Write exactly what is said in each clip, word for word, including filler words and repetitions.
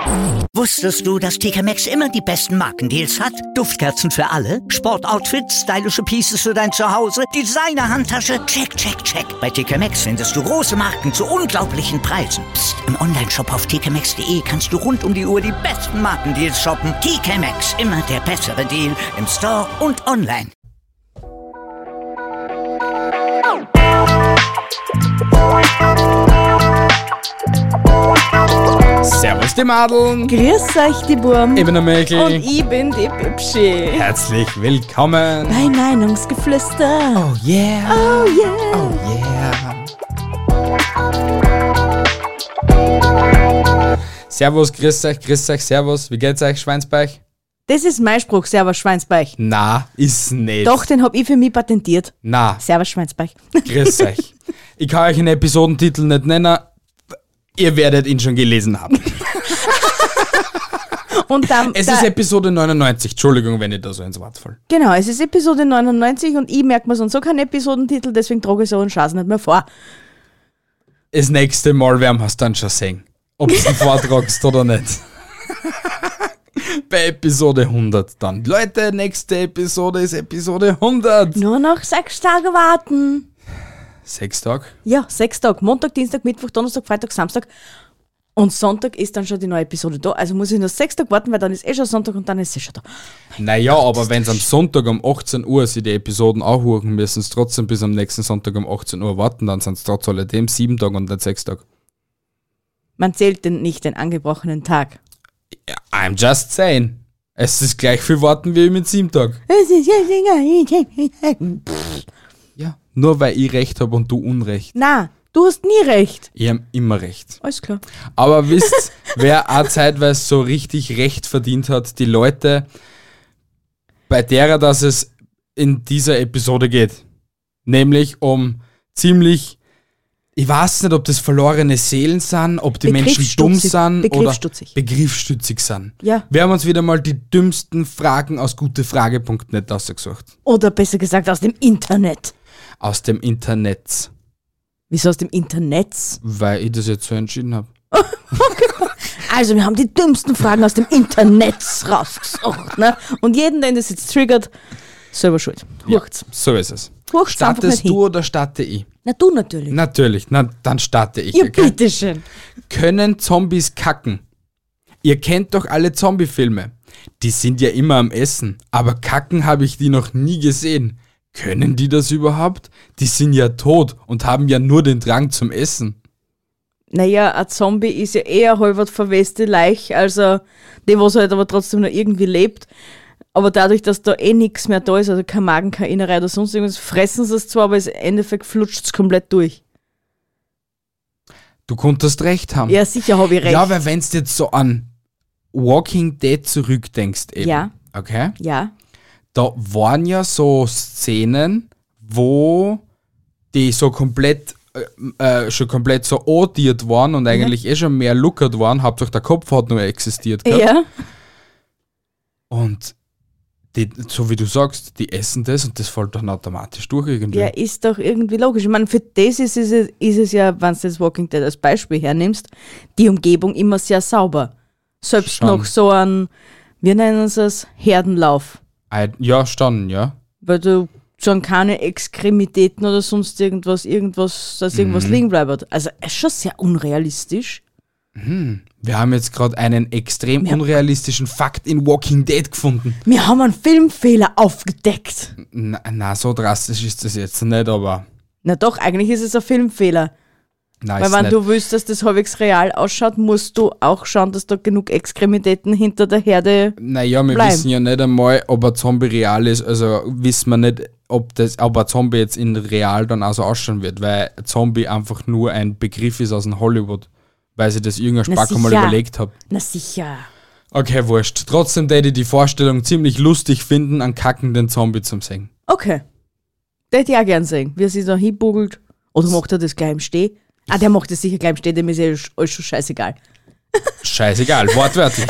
Wusstest du, dass T K Maxx immer die besten Markendeals hat? Duftkerzen für alle, Sportoutfits, stylische Pieces für dein Zuhause, Designer-Handtasche, check, check, check. Bei T K Maxx findest du große Marken zu unglaublichen Preisen. Psst. Im Onlineshop auf t k maxx punkt d e kannst du rund um die Uhr die besten Markendeals shoppen. T K Maxx, immer der bessere Deal im Store und online. Servus die Madeln. Grüß euch die Burm. Ich bin der Mäkel. Und ich bin die Bibschi. Herzlich willkommen bei Meinungsgeflüster. Oh yeah. Oh yeah. Oh yeah. Servus, grüß euch, grüß euch, servus. Wie geht's euch, Schweinsbeich? Das ist mein Spruch, Servus Schweinsbeich. Na, ist nicht. Doch, den hab ich für mich patentiert. Na. Servus Schweinsbeich. Grüß euch. Ich kann euch den Episodentitel nicht nennen. Ihr werdet ihn schon gelesen haben. Und dann, es da, ist Episode neunundneunzig. Entschuldigung, wenn ich da so ins Wort falle. Genau, es ist Episode neunundneunzig und ich merke mir sonst so keinen Episodentitel, deswegen trage ich so einen Scheiß nicht mehr vor. Das nächste Mal werden wir es dann schon sehen, ob du ihn vortragst oder nicht. Bei Episode hundert dann. Leute, nächste Episode ist Episode hundert. Nur noch sechs Tage warten. Sechs Tage? Ja, sechs Tage. Montag, Dienstag, Mittwoch, Donnerstag, Freitag, Samstag. Und Sonntag ist dann schon die neue Episode da. Also muss ich nur sechs Tage warten, weil dann ist eh schon Sonntag und dann ist sie schon da. Naja, aber wenn sie am Sonntag um achtzehn Uhr sie die Episoden anhören, müssen sie trotzdem bis am nächsten Sonntag um achtzehn Uhr warten, dann sind es trotz alledem sieben Tage und nicht sechs Tage. Man zählt den, nicht den angebrochenen Tag. I'm just saying. Es ist gleich viel warten wie mit sieben Tagen. Ja, nur weil ich recht habe und du Unrecht. Na, du hast nie recht. Ich habe immer recht. Alles klar. Aber wisst, wer auch zeitweise so richtig Recht verdient hat? Die Leute, bei derer, dass es in dieser Episode geht. Nämlich um ziemlich, ich weiß nicht, ob das verlorene Seelen sind, ob die Menschen dumm sind oder begriffsstützig sind. Ja. Wir haben uns wieder mal die dümmsten Fragen aus gutefrage punkt net ausgesucht. Oder besser gesagt aus dem Internet. Aus dem Internet. Wieso aus dem Internet? Weil ich das jetzt so entschieden habe. Also wir haben die dümmsten Fragen aus dem Internet rausgesucht. Ne? Und jeden, den das jetzt triggert, selber schuld. Hurcht's. Ja, so ist es. Hurcht's einfach nicht Startest du oder starte ich? Na du natürlich. Natürlich, na dann starte ich. Ja, Okay? bitteschön. Können Zombies kacken? Ihr kennt doch alle Zombie-Filme. Die sind ja immer am Essen, aber kacken habe ich die noch nie gesehen. Können die das überhaupt? Die sind ja tot und haben ja nur den Drang zum Essen. Naja, ein Zombie ist ja eher halbert verweste Leich, also die, was halt aber trotzdem noch irgendwie lebt. Aber dadurch, dass da eh nichts mehr da ist, also kein Magen, keine Innerei oder sonst irgendwas, fressen sie es zwar, aber im Endeffekt flutscht es komplett durch. Du konntest recht haben. Ja, sicher habe ich recht. Ja, weil wenn du jetzt so an Walking Dead zurückdenkst eben. Ja. Okay? Ja. Da waren ja so Szenen, wo die so komplett, äh, äh, schon komplett so odiert waren und eigentlich ja. eh schon mehr lookert waren. Hauptsache der Kopf hat nur existiert gehabt. Ja. Und die, so wie du sagst, die essen das und das fällt dann automatisch durch irgendwie. Ja, ist doch irgendwie logisch. Ich meine, für das ist es, ist es ja, wenn du das Walking Dead als Beispiel hernimmst, die Umgebung immer sehr sauber. Selbst Schon. noch so ein, wir nennen es als Herdenlauf. Ja, schon, ja. Weil du schon keine Extremitäten oder sonst irgendwas, irgendwas, dass irgendwas Mhm. liegen bleibt. Also es ist schon sehr unrealistisch. Mhm. Wir haben jetzt gerade einen extrem Ja. unrealistischen Fakt in Walking Dead gefunden. Wir haben einen Filmfehler aufgedeckt. Na, na, so drastisch ist das jetzt nicht, aber Na doch, eigentlich ist es ein Filmfehler. nein, Weil ist wenn nicht. du willst, dass das halbwegs real ausschaut, musst du auch schauen, dass da genug Extremitäten hinter der Herde. Naja, wir bleiben. wissen ja nicht einmal, ob ein Zombie real ist, also wissen wir nicht, ob, das, ob ein Zombie jetzt in real dann auch so ausschauen wird, weil ein Zombie einfach nur ein Begriff ist aus dem Hollywood, weil sie das irgendein Na Spacker mal sicher. überlegt hat. Na sicher. Okay, wurscht. Trotzdem würde ich die Vorstellung ziemlich lustig finden, einen kackenden Zombie zum sehen. Okay. Das hätte ich auch gern sehen, wie er sich da hinbugelt. Oder macht er das gleich im Steh? Ah, der macht das sicher gleich im Steh, dem ist ja alles schon scheißegal. Scheißegal, wortwörtlich.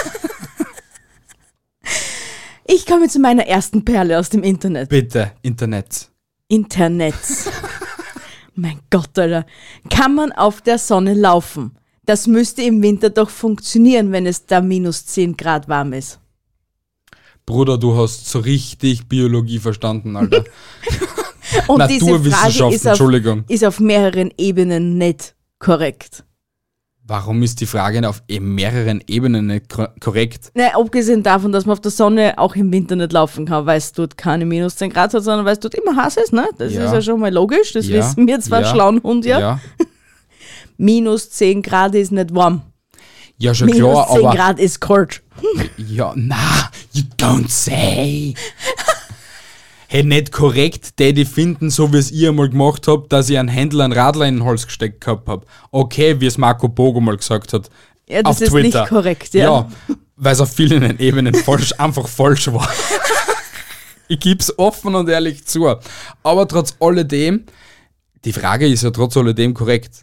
Ich komme zu meiner ersten Perle aus dem Internet. Bitte, Internet. Internet. Mein Gott, Alter. Kann man auf der Sonne laufen? Das müsste im Winter doch funktionieren, wenn es da minus zehn Grad warm ist. Bruder, du hast so richtig Biologie verstanden, Alter. Und diese Frage Naturwissenschaften, ist auf, Entschuldigung. ist auf mehreren Ebenen nicht korrekt. Warum ist die Frage auf e- mehreren Ebenen nicht kor- korrekt? Ne, abgesehen davon, dass man auf der Sonne auch im Winter nicht laufen kann, weil es dort keine minus zehn Grad hat, sondern weil es dort immer heiß ist, ne? Das Ja. ist ja schon mal logisch, das Ja, wissen wir zwar, ja, schlauen Hund, ja. Ja, Minus zehn Grad ist nicht warm. ja schon Minus klar, zehn aber... Grad ist kalt. Ja, na, you don't say. Hey, nicht korrekt, die die finden, so wie es ihr einmal gemacht habt, dass ich einen Händler einen Radler in den Hals gesteckt gehabt hab. Okay, wie es Marco Bogo mal gesagt hat. Ja, das auf ist Twitter. nicht korrekt, ja. Ja, weil es auf vielen Ebenen falsch, einfach falsch war. Ich gib's offen und ehrlich zu. Aber trotz alledem, die Frage ist ja trotz alledem korrekt.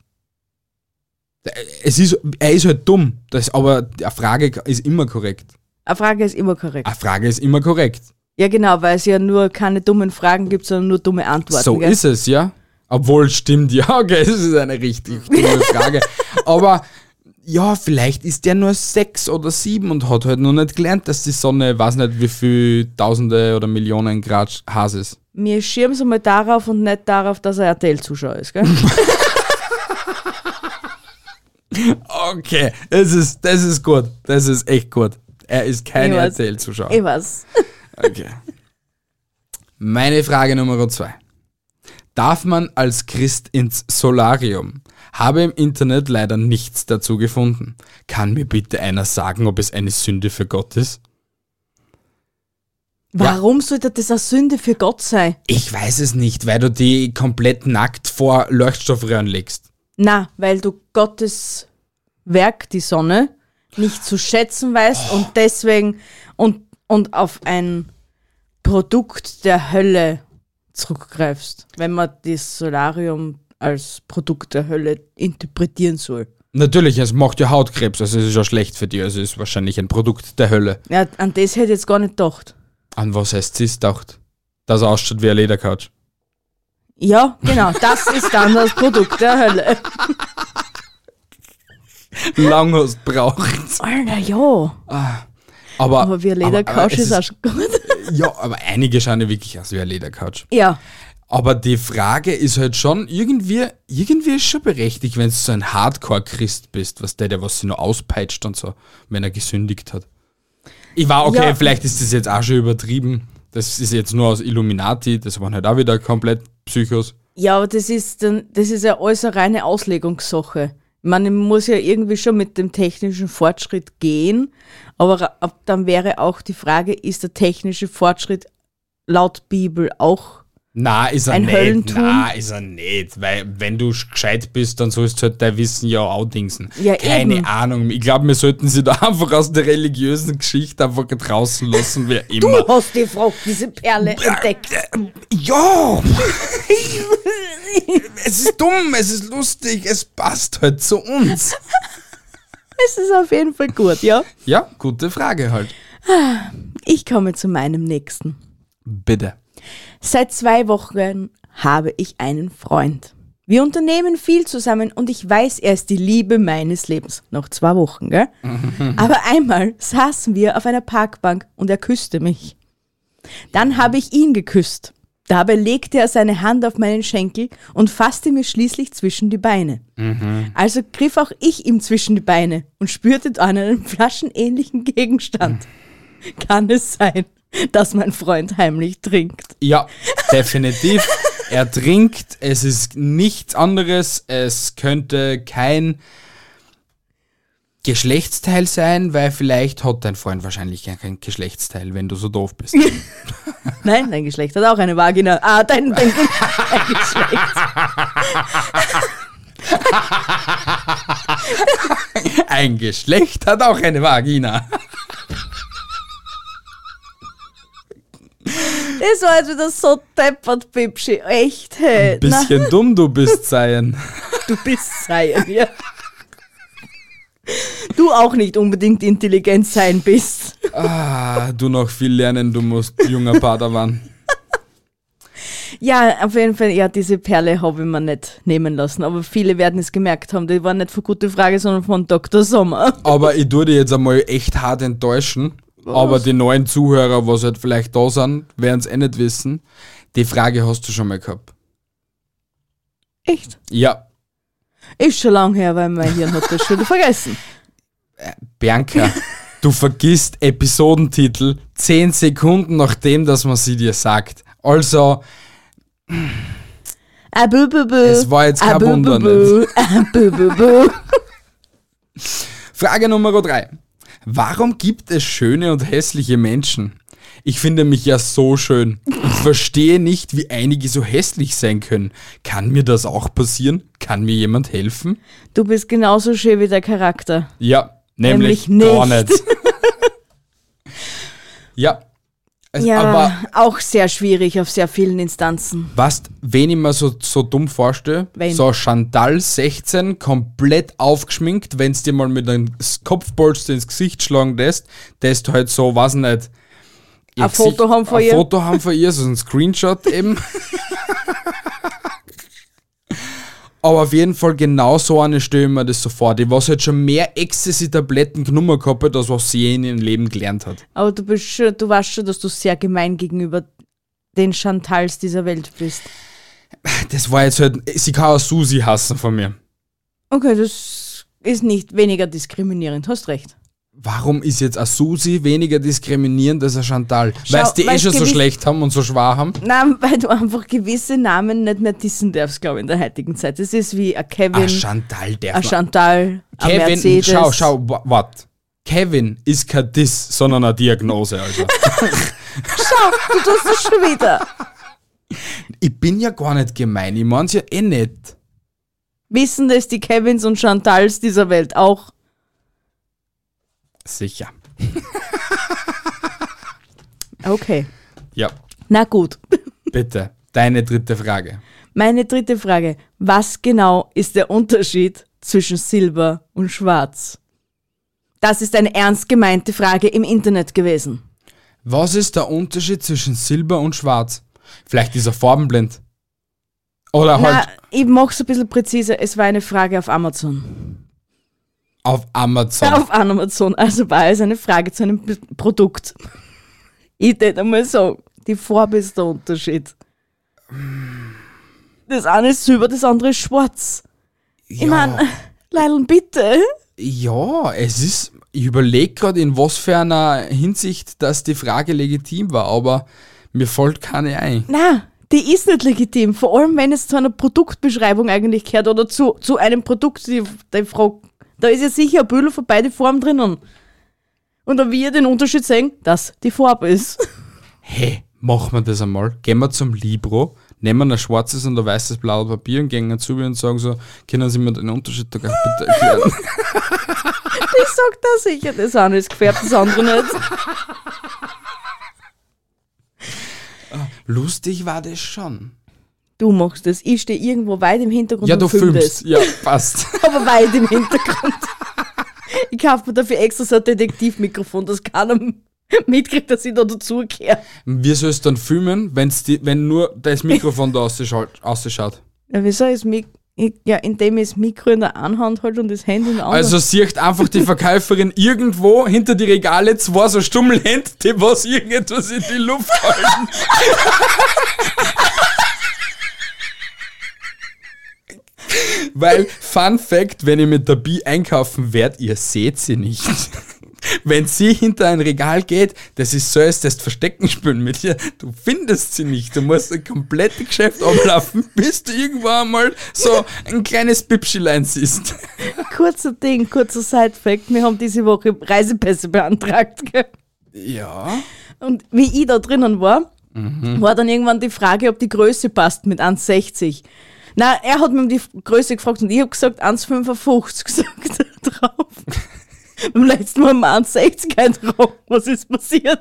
Es ist, er ist halt dumm, das, aber eine Frage ist immer korrekt. Eine Frage ist immer korrekt. Eine Frage ist immer korrekt. Ja, genau, weil es ja nur keine dummen Fragen gibt, sondern nur dumme Antworten. So gell? ist es, ja. Obwohl, stimmt, ja, okay, es ist eine richtig dumme Frage. Aber ja, vielleicht ist der nur sechs oder sieben und hat halt noch nicht gelernt, dass die Sonne, weiß nicht wie viel Tausende oder Millionen Grad heiß ist. Wir schirmen es einmal darauf und nicht darauf, dass er R T L-Zuschauer ist, gell? Okay, das ist, das ist gut. Das ist echt gut. Er ist kein Ich R weiß. T L-Zuschauer. Ich weiß. Okay. Meine Frage Nummer zwei. Darf man als Christ ins Solarium? Habe im Internet leider nichts dazu gefunden. Kann mir bitte einer sagen, ob es eine Sünde für Gott ist? Warum sollte das eine Sünde für Gott sein? Ich weiß es nicht, weil du die komplett nackt vor Leuchtstoffröhren legst. Na, weil du Gottes Werk, die Sonne, nicht zu schätzen weißt und deswegen und, und auf ein Produkt der Hölle zurückgreifst, wenn man das Solarium als Produkt der Hölle interpretieren soll. Natürlich, es macht ja Hautkrebs, also es ist ja schlecht für dich, also es ist wahrscheinlich ein Produkt der Hölle. Ja, an das hätte ich jetzt gar nicht gedacht. An was heißt es gedacht? Dass er ausschaut wie eine Ledercouch. Ja, genau, das ist dann das Produkt der Hölle. Lang hast braucht. Alter, ja. Aber, Aber wie eine Ledercouch aber, aber es ist auch schon gut. Ja, aber einige schauen ja wirklich aus wie eine Ledercouch. Ja, Aber die Frage ist halt schon, irgendwie, irgendwie ist schon berechtigt, wenn du so ein Hardcore-Christ bist, was der, der was sie nur auspeitscht und so, wenn er gesündigt hat. Ich war, okay, Ja. vielleicht ist das jetzt auch schon übertrieben. Das ist jetzt nur aus Illuminati, das waren halt auch wieder komplett Psychos. ja, aber das ist dann, das ist ja alles eine reine Auslegungssache. Ich meine, man muss ja irgendwie schon mit dem technischen Fortschritt gehen, aber ra- ab- dann wäre auch die Frage, ist der technische Fortschritt laut Bibel auch? Na, ist er Ein nicht. Höllentum? Na, ist er nicht. Weil, wenn du gescheit bist, dann sollst du halt dein Wissen ja auch dingsen. Ja, Keine eben. Ahnung. Ich glaube, wir sollten sie da einfach aus der religiösen Geschichte einfach draußen lassen, wer immer. Du hast die Frau, diese Perle entdeckt. Ja! Es ist dumm, es ist lustig, es passt halt zu uns. Es ist auf jeden Fall gut, ja. Ja, gute Frage halt. Ich komme zu meinem nächsten. Bitte. Seit zwei Wochen habe ich einen Freund. Wir unternehmen viel zusammen und ich weiß, er ist die Liebe meines Lebens. Noch zwei Wochen, gell? Aber einmal saßen wir auf einer Parkbank und er küsste mich. Dann habe ich ihn geküsst. Dabei legte er seine Hand auf meinen Schenkel und fasste mir schließlich zwischen die Beine. Also griff auch ich ihm zwischen die Beine und spürte an einen flaschenähnlichen Gegenstand. Kann es sein, dass mein Freund heimlich trinkt? Ja, definitiv. Er trinkt, es ist nichts anderes, es könnte kein Geschlechtsteil sein, weil vielleicht hat dein Freund wahrscheinlich gar kein Geschlechtsteil, wenn du so doof bist. Nein, dein Geschlecht hat auch eine Vagina. Ah, dein, dein, dein Geschlecht. Ein Geschlecht hat auch eine Vagina. Das war jetzt wieder so deppert, Bibschi. Echt, hey. Bisschen Na, dumm du bist, Seien. du bist sein, ja. Du auch nicht unbedingt intelligent sein bist. Ah, du noch viel lernen, du musst junger Padawan. Ja, auf jeden Fall, ja, diese Perle habe ich mir nicht nehmen lassen. Aber viele werden es gemerkt haben. Die war nicht von Gute Frage, sondern von Doktor Sommer. Aber ich tue dich jetzt einmal echt hart enttäuschen. Was? Aber die neuen Zuhörer, was halt vielleicht da sind, werden es eh nicht wissen. Die Frage hast du schon mal gehabt. Echt? Ja. Ist schon lang her, weil mein Hirn hat das schon wieder vergessen. Äh, Bianca, du vergisst Episodentitel zehn Sekunden nachdem, dass man sie dir sagt. Also, ah, bu, bu, bu. es war jetzt kein ah, bu, Wunder bu, bu. nicht. Ah, bu, bu, bu. Frage Nummer drei. Warum gibt es schöne und hässliche Menschen? Ich finde mich ja so schön. Ich verstehe nicht, wie einige so hässlich sein können. Kann mir das auch passieren? Kann mir jemand helfen? Du bist genauso schön wie der Charakter. Ja, nämlich, Nämlich gar nicht. nicht. Ja. Also, Ja, aber auch sehr schwierig auf sehr vielen Instanzen. was, wen ich mir so, so dumm vorstelle, Wen? so Chantal sechzehn, komplett aufgeschminkt, wenn es dir mal mit einem Kopfpolster ins Gesicht schlagen lässt, das ist halt so, weiß nicht, ihr Ein Foto haben von ein ihr. Foto haben von ihr, so ein Screenshot eben. Aber auf jeden Fall genau so eine stelle ich mir das so vor, die was halt schon mehr Ecstasy-Tabletten genommen gehabt hat, als was sie je in ihrem Leben gelernt hat. Aber du bist schon, du weißt schon, dass du sehr gemein gegenüber den Chantals dieser Welt bist. Das war jetzt halt, sie kann auch Susi hassen von mir. Okay, das ist nicht weniger diskriminierend, hast recht. Warum ist jetzt ein Susi weniger diskriminierend als ein Chantal? Schau, Weil die eh weil's schon so gewiss- schlecht haben und so schwach haben? Nein, weil du einfach gewisse Namen nicht mehr dissen darfst, glaube ich, in der heutigen Zeit. Das ist wie ein Kevin, Ein Chantal darf ein man. Chantal, ein Kevin, Mercedes. schau, schau, wa- wart. Kevin ist kein Diss, sondern eine Diagnose, also. Schau, du tust das schon wieder. Ich bin ja gar nicht gemein, ich mein's ja eh nicht. Wissen das die Kevins und Chantals dieser Welt auch? Sicher. Okay, Ja, na gut. bitte. Deine dritte Frage. Meine dritte Frage. Was genau ist der Unterschied zwischen Silber und Schwarz? Das ist eine ernst gemeinte Frage im Internet gewesen. Was ist der Unterschied zwischen Silber und Schwarz? Vielleicht ist er farbenblind. Oder Na, halt ich mach's ein bisschen präziser. Es war eine Frage auf Amazon. auf Amazon. Auf Amazon. Also war es eine Frage zu einem P- Produkt. Ich würde einmal sagen, die Farbe ist der Unterschied. Das eine ist silber, das andere ist schwarz. Ich Ja. meine, Leil'n, bitte. Ja, es ist, ich überlege gerade, in was für einer Hinsicht, dass die Frage legitim war, aber mir fällt keine ein. Na, die ist nicht legitim. Vor allem, wenn es zu einer Produktbeschreibung eigentlich gehört oder zu, zu einem Produkt, die, die Frau, da ist ja sicher ein Bündel für beide Farben drinnen. Und da wir den Unterschied sehen, dass die Farbe ist. Hey, machen wir das einmal. Gehen wir zum Libro, nehmen ein schwarzes und ein weißes blaues Papier und gehen zu mir und sagen so, können Sie mir den Unterschied da gleich bitte erklären? Ich sag da sicher, das eine ist gefärbt, das andere nicht. Lustig war das schon. Du machst das. Ich stehe irgendwo weit im Hintergrund Ja, und du film filmst. das. Ja, passt. Aber weit im Hintergrund. Ich kaufe mir dafür extra so ein Detektivmikrofon, dass keiner mitkriegt, dass ich da dazugehöre. Wie sollst du dann filmen, wenn's die, wenn nur das Mikrofon da ausschaut? ausschaut? Ja, wieso ist Mik ich, ja, indem ich das Mikro in der einen Hand halte und das Handy in der anderen. Also sieht einfach die Verkäuferin irgendwo hinter die Regale zwei so Stummelhände, die was irgendwas in die Luft halten. Weil, Fun Fact, wenn ihr mit der Bi einkaufen werdet, ihr seht sie nicht. Wenn sie hinter ein Regal geht, das ist so, als das Verstecken spielen mit ihr. Du findest sie nicht. Du musst ein komplettes Geschäft ablaufen, bis du irgendwann mal so ein kleines Bibschilein siehst. Kurzer Ding, kurzer Side-Fact. Wir haben diese Woche Reisepässe beantragt. Gell? Ja. Und wie ich da drinnen war, war dann irgendwann die Frage, ob die Größe passt mit eins sechzig. Na, er hat mir um die Größe gefragt und ich habe gesagt eins fünfundfünfzig gesagt drauf. Beim letzten Mal haben wir eins sechzig eintragen. Was ist passiert?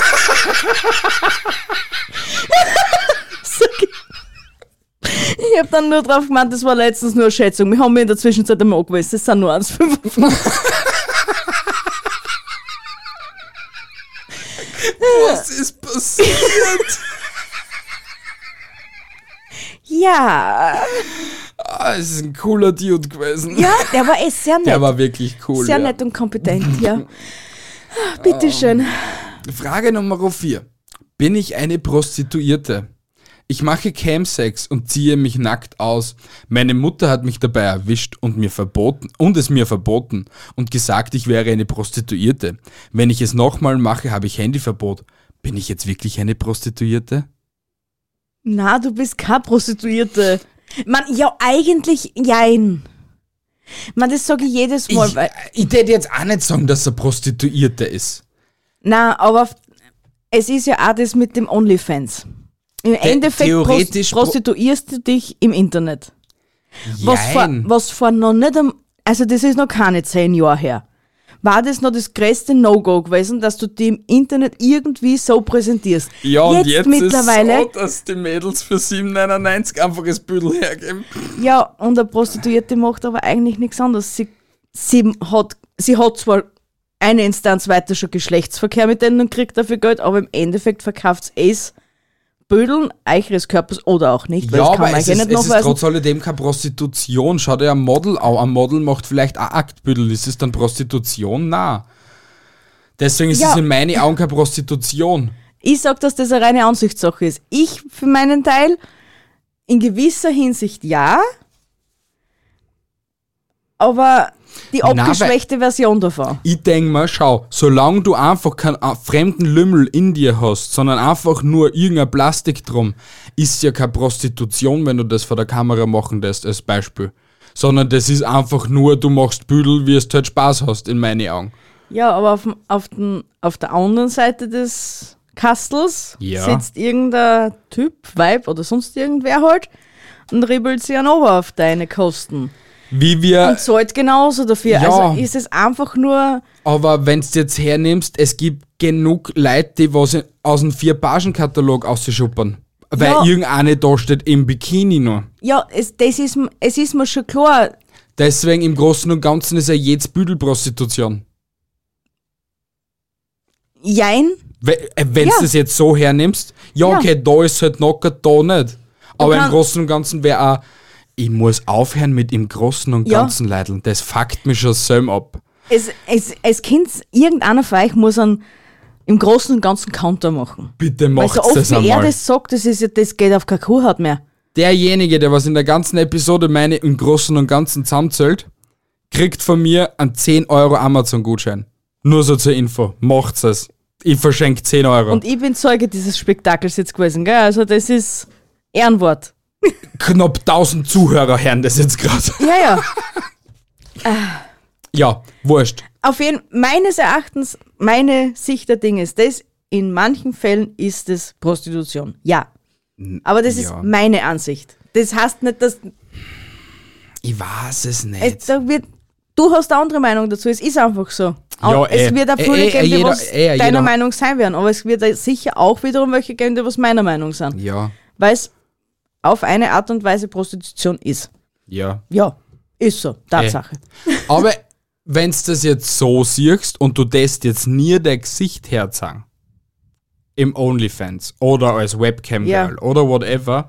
Sag ich ich habe dann nur drauf gemeint, das war letztens nur eine Schätzung. Wir haben mir in der Zwischenzeit einmal angewiesen, das sind nur eins fünfundfünfzig. Was ist passiert? Ja. Ah, es ist ein cooler Dude gewesen. Ja, der war eh sehr nett. Der war wirklich cool. Sehr ja. nett und kompetent, ja. Bitteschön. Frage Nummer vier. Bin ich eine Prostituierte? Ich mache Camsex und ziehe mich nackt aus. Meine Mutter hat mich dabei erwischt und mir verboten und es mir verboten und gesagt, ich wäre eine Prostituierte. Wenn ich es nochmal mache, habe ich Handyverbot. Bin ich jetzt wirklich eine Prostituierte? Na, du bist keine Prostituierte. Man, ja, eigentlich, jein. Man, das sage ich jedes Mal. Ich, weil, ich würde jetzt auch nicht sagen, dass er Prostituierte ist. na, aber es ist ja auch das mit dem OnlyFans. Im Endeffekt theoretisch prost- prostituierst du dich im Internet. Was vor, Jein. was vor noch nicht, am, also das ist noch keine zehn Jahre her. War das noch das größte No-Go gewesen, dass du dich im Internet irgendwie so präsentierst? Ja, und jetzt mittlerweile, ist es so, dass die Mädels für sieben neunundneunzig einfach das Büdel hergeben. ja, und eine Prostituierte macht aber eigentlich nichts anderes. Sie, sie, hat, sie hat zwar eine Instanz weiter schon Geschlechtsverkehr mit denen und kriegt dafür Geld, aber im Endeffekt verkauft es Bödeln eures Körpers oder auch nicht, weil Ja, das kann aber man es eigentlich ist, nicht es ist nachweisen. trotz alledem keine Prostitution. Schau dir ein Model an. Ein Model macht vielleicht auch Aktbüdel. Ist es dann Prostitution? Nein. Deswegen ist Ja. es in meinen Augen keine Prostitution. Ich sag, dass das eine reine Ansichtssache ist. Ich für meinen Teil in gewisser Hinsicht ja, aber die Na, weil- abgeschwächte Version davon. Ich denke mir, schau, solange du einfach keinen äh, fremden Lümmel in dir hast, sondern einfach nur irgendein Plastik drum, ist ja keine Prostitution, wenn du das vor der Kamera machen lässt, als Beispiel. Sondern das ist einfach nur, du machst Büdel, wie es du halt Spaß hast, in meinen Augen. Ja, aber auf, dem- auf, den, auf der anderen Seite des Kastels Ja. sitzt irgendein Typ, Weib oder sonst irgendwer halt und ribbelt sich an Ober auf deine Kosten. Wie wir... Und zahlt genauso dafür. Ja. Also ist es einfach nur, Aber wenn du jetzt hernimmst, es gibt genug Leute, die was in- aus dem Vier-Pagen-Katalog ausschuppern. Weil Ja. irgendeine da steht im Bikini noch. ja, es, das ist, m- es ist mir schon klar. Deswegen im Großen und Ganzen ist ja jedes Büdelprostitution. Jein, Wenn du Ja. das jetzt so hernimmst, ja, Ja. okay, da ist halt knockert, da nicht. Aber im kann- Großen und Ganzen wäre auch, ich muss aufhören mit im Großen und Ja. Ganzen leideln. Das fuckt mich schon selber ab. es, es, es Kind, irgendeiner von euch muss einen im Großen und Ganzen Counter machen. Bitte Weil macht so oft das wie er einmal. das sagt, das, ist ja, das geht auf keine Kuhhaut mehr. Derjenige, der was in der ganzen Episode meine im Großen und Ganzen zusammenzählt, kriegt von mir einen zehn Euro Amazon-Gutschein. Nur so zur Info. Macht's es. Ich verschenke zehn Euro. Und ich bin Zeuge dieses Spektakels jetzt gewesen, gell? Also das ist Ehrenwort. Knapp tausend Zuhörer hören das jetzt gerade. Ja, ja. Ja, wurscht. Auf jeden meines Erachtens, meine Sicht der Dinge ist das, in manchen Fällen ist es Prostitution. Ja. Aber das ja. ist meine Ansicht. Das heißt nicht, dass Ich weiß es nicht. es, da wird, du hast eine andere Meinung dazu. Es ist einfach so. Ja, es eh. wird auch Eh, viele eh, geben, die jeder- was eh, deiner jeder- Meinung sein werden. Aber es wird sicher auch wiederum welche geben, die was meiner Meinung sind. ja, Weil es auf eine Art und Weise Prostitution ist. ja. Ja, ist so. Tatsache. Aber wenn du das jetzt so siehst und du das jetzt nie dein Gesicht herzeigen, im OnlyFans oder als Webcam-Girl Ja. oder whatever,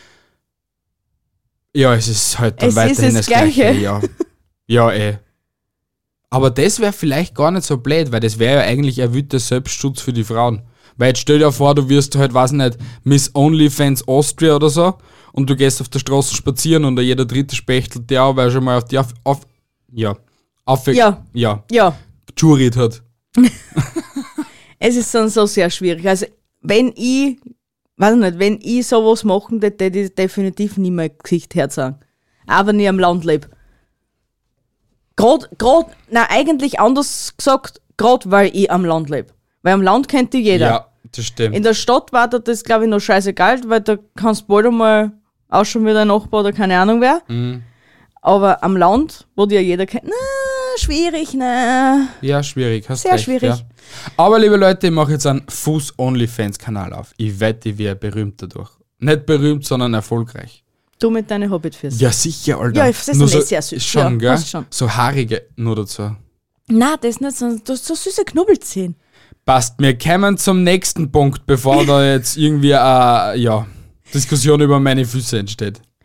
ja, es ist halt dann Es ist weiterhin das das Gleiche. Gleiche. Ja, ja eh. Aber das wäre vielleicht gar nicht so blöd, weil das wäre ja eigentlich ein wüter Selbstschutz für die Frauen. Weil jetzt stell dir vor, du wirst halt, weiß nicht, Miss OnlyFans Austria oder so und du gehst auf der Straße spazieren und jeder dritte spechtelt dir auch, weil er schon mal auf die auf, auf ja, auf, Ja. ja, Ja, gejuriert hat. es ist dann so sehr schwierig. Also, wenn ich, weiß nicht, wenn ich sowas machen würde, hätte ich definitiv nie mein Gesicht herzeigen. Auch wenn ich am Land lebe. Gerade, gerade, na eigentlich anders gesagt, gerade weil ich am Land lebe. Weil am Land kennt die jeder. Ja, das stimmt. In der Stadt war dir das, glaube ich, noch scheißegal, weil da kannst du bald einmal auch schon wieder ein Nachbar oder keine Ahnung wer. Mhm. Aber am Land, wo die ja jeder kennt, na, schwierig, na. Ja, schwierig. Hast Sehr recht, schwierig. Ja. Aber liebe Leute, ich mache jetzt einen Fuß-OnlyFans-Kanal auf. Ich wette, ich werde berühmt dadurch. Nicht berühmt, sondern erfolgreich. Du mit deinen Hobbitfüßen. Ja, sicher, Alter. Ja, das ist Nur eh so, sehr süß. Schon, Ja, gell? passt schon. So haarige nur dazu. Na, das nicht, sondern du hast so süße Knubbelzehen. Passt. Wir kommen zum nächsten Punkt, bevor da jetzt irgendwie eine ja, Diskussion über meine Füße entsteht.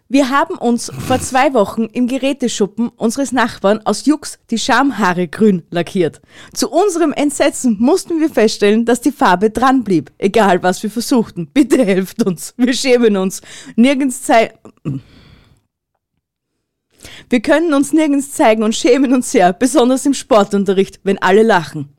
Wir haben uns vor zwei Wochen im Geräteschuppen unseres Nachbarn aus Jux die Schamhaare grün lackiert. Zu unserem Entsetzen mussten wir feststellen, dass die Farbe dran blieb. Egal, was wir versuchten. Bitte helft uns. Wir schämen uns. Nirgends zeigen... Wir können uns nirgends zeigen und schämen uns sehr, besonders im Sportunterricht, wenn alle lachen.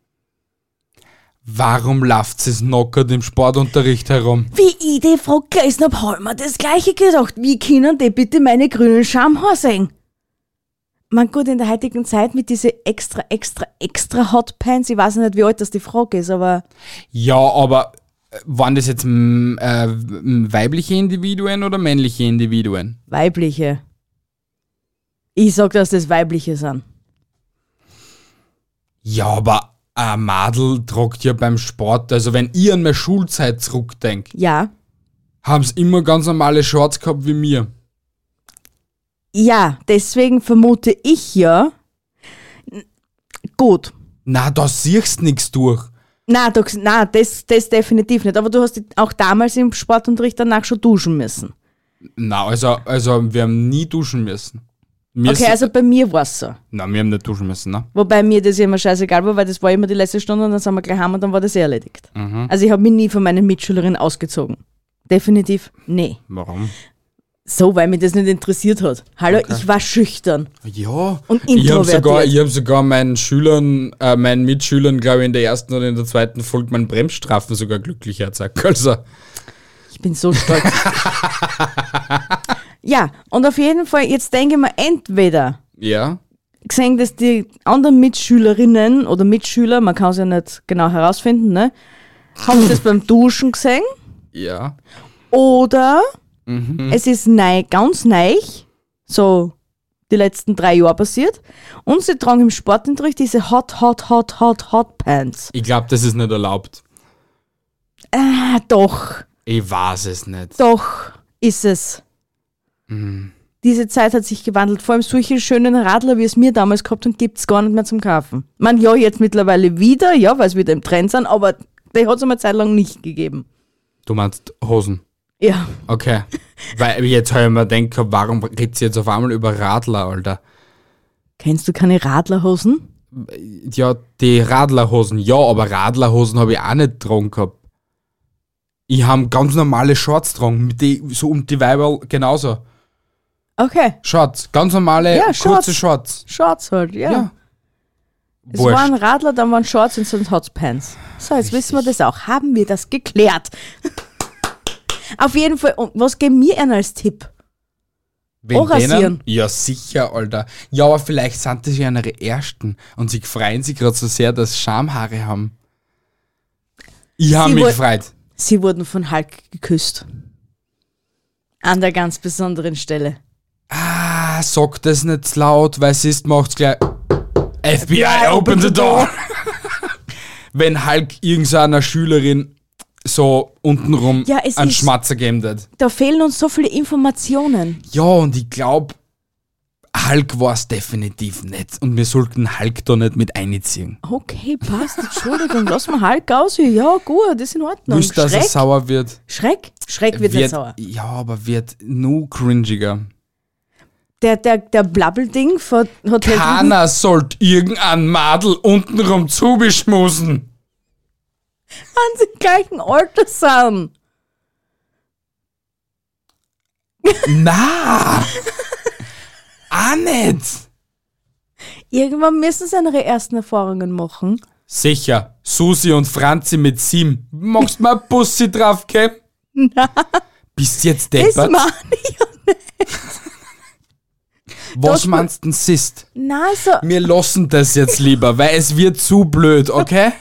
Warum lauft es knockert im Sportunterricht herum? Wie ich die Frau gelesen hab, hab ich mir das Gleiche gedacht. Wie können die bitte meine grünen Schamhaare sehen? Man, gut, in der heutigen Zeit mit diese extra, extra, extra Hotpants, ich weiß nicht, wie alt das die Frage ist, aber... Ja, aber waren das jetzt m, äh, m, weibliche Individuen oder männliche Individuen? Weibliche. Ich sag, dass das weibliche sind. Ja, aber ein Madel tragt ja beim Sport, also wenn ich an meine Schulzeit zurückdenke, Ja. haben sie immer ganz normale Shorts gehabt wie mir. Ja, deswegen vermute ich ja... Gut. Na, da siehst nix durch. Na, doch, na das, das definitiv nicht. Aber du hast auch damals im Sportunterricht danach schon duschen müssen. Na, also, also wir haben nie duschen müssen. Wir Okay, sind- also bei mir war es so. Na, wir haben nicht duschen müssen, ne? Wobei mir das ja immer scheißegal war, weil das war immer die letzte Stunde und dann sind wir gleich heim und dann war das eh erledigt. Mhm. Also ich habe mich nie von meinen Mitschülerinnen ausgezogen. Definitiv, nee. Warum? So, weil mich das nicht interessiert hat. Hallo, Okay. ich war schüchtern Ja. und Ich habe sogar, introvertiert. ich hab sogar meinen Schülern, äh, meinen Mitschülern, glaube ich, in der ersten oder in der zweiten Folge meinen Bremsstrafen sogar glücklich erzeugt. Also, Ich bin so stolz. Ja, und auf jeden Fall, jetzt denke ich mir, entweder ja. gesehen, dass die anderen Mitschülerinnen oder Mitschüler, man kann es ja nicht genau herausfinden, ne, haben sie das beim Duschen gesehen Ja. oder es ist neu, ganz neu, so die letzten drei Jahre passiert und sie tragen im Sportunterricht diese Hot, Hot, Hot, Hot, Hot Pants. Ich glaube, das ist nicht erlaubt. Ah, doch, Ich weiß es nicht. doch ist es. Diese Zeit hat sich gewandelt. Vor allem solche schönen Radler, wie es mir damals gehabt haben, gibt es gar nicht mehr zum Kaufen. Man, ja, jetzt mittlerweile wieder, ja, weil es wieder im Trend sind, aber die hat es eine Zeit lang nicht gegeben. Du meinst Hosen? Ja. Okay. Weil jetzt habe ich mir gedacht, warum redet sie jetzt auf einmal über Radler, Alter? Kennst du keine Radlerhosen? Ja, die Radlerhosen, ja, aber Radlerhosen habe ich auch nicht getragen gehabt. Ich habe ganz normale Shorts getragen, mit die, so um die Weiberl genauso. Okay. Shorts, ganz normale, Ja, kurze Shorts. Shorts. Shorts halt, ja. Ja. Es Wurscht. waren Radler, dann waren Shorts und sonst Hot Pants. So, jetzt wissen wir das auch. Haben wir das geklärt? Auf jeden Fall, und was geben wir ihnen als Tipp? Wegen Auch rasieren. denen? Ja, sicher, Alter. Ja, aber vielleicht sind das ja ihre Ersten und sie freuen sich gerade so sehr, dass sie Schamhaare haben. Ich habe Sie mich woll- gefreut. Sie wurden von Hulk geküsst. An der ganz besonderen Stelle. Ah, sag das nicht zu laut, weil sonst macht's gleich F B I, open the door. Wenn Hulk irgendeiner Schülerin so untenrum Ja, es einen ist- Schmatzer gegeben hat. Da fehlen uns so viele Informationen. Ja, und ich glaube, Hulk war es definitiv nicht. Und wir sollten Hulk da nicht mit einziehen. Okay, passt. Entschuldigung, lass mal Hulk aus. Ja, gut, ist in Ordnung. Willst du, dass er Schreck? sauer wird? Schreck? Schreck wird, nicht sauer. Ja, aber wird nur cringiger. Der, der, der Blabbelding von Hotel. Keiner sollte irgendein Madel untenrum zubeschmusen. Wenn sie im gleichen Alter sind. Na, auch nicht. Irgendwann müssen sie ihre ersten Erfahrungen machen. Sicher, Susi und Franzi mit sieben. Magst du mal ein Bussi draufgeben? Nein, Bist jetzt das deppert? meine ich ja nicht. Was das- meinst du denn, Sist? Nein, so. Wir lassen das jetzt lieber, weil es wird zu blöd, okay?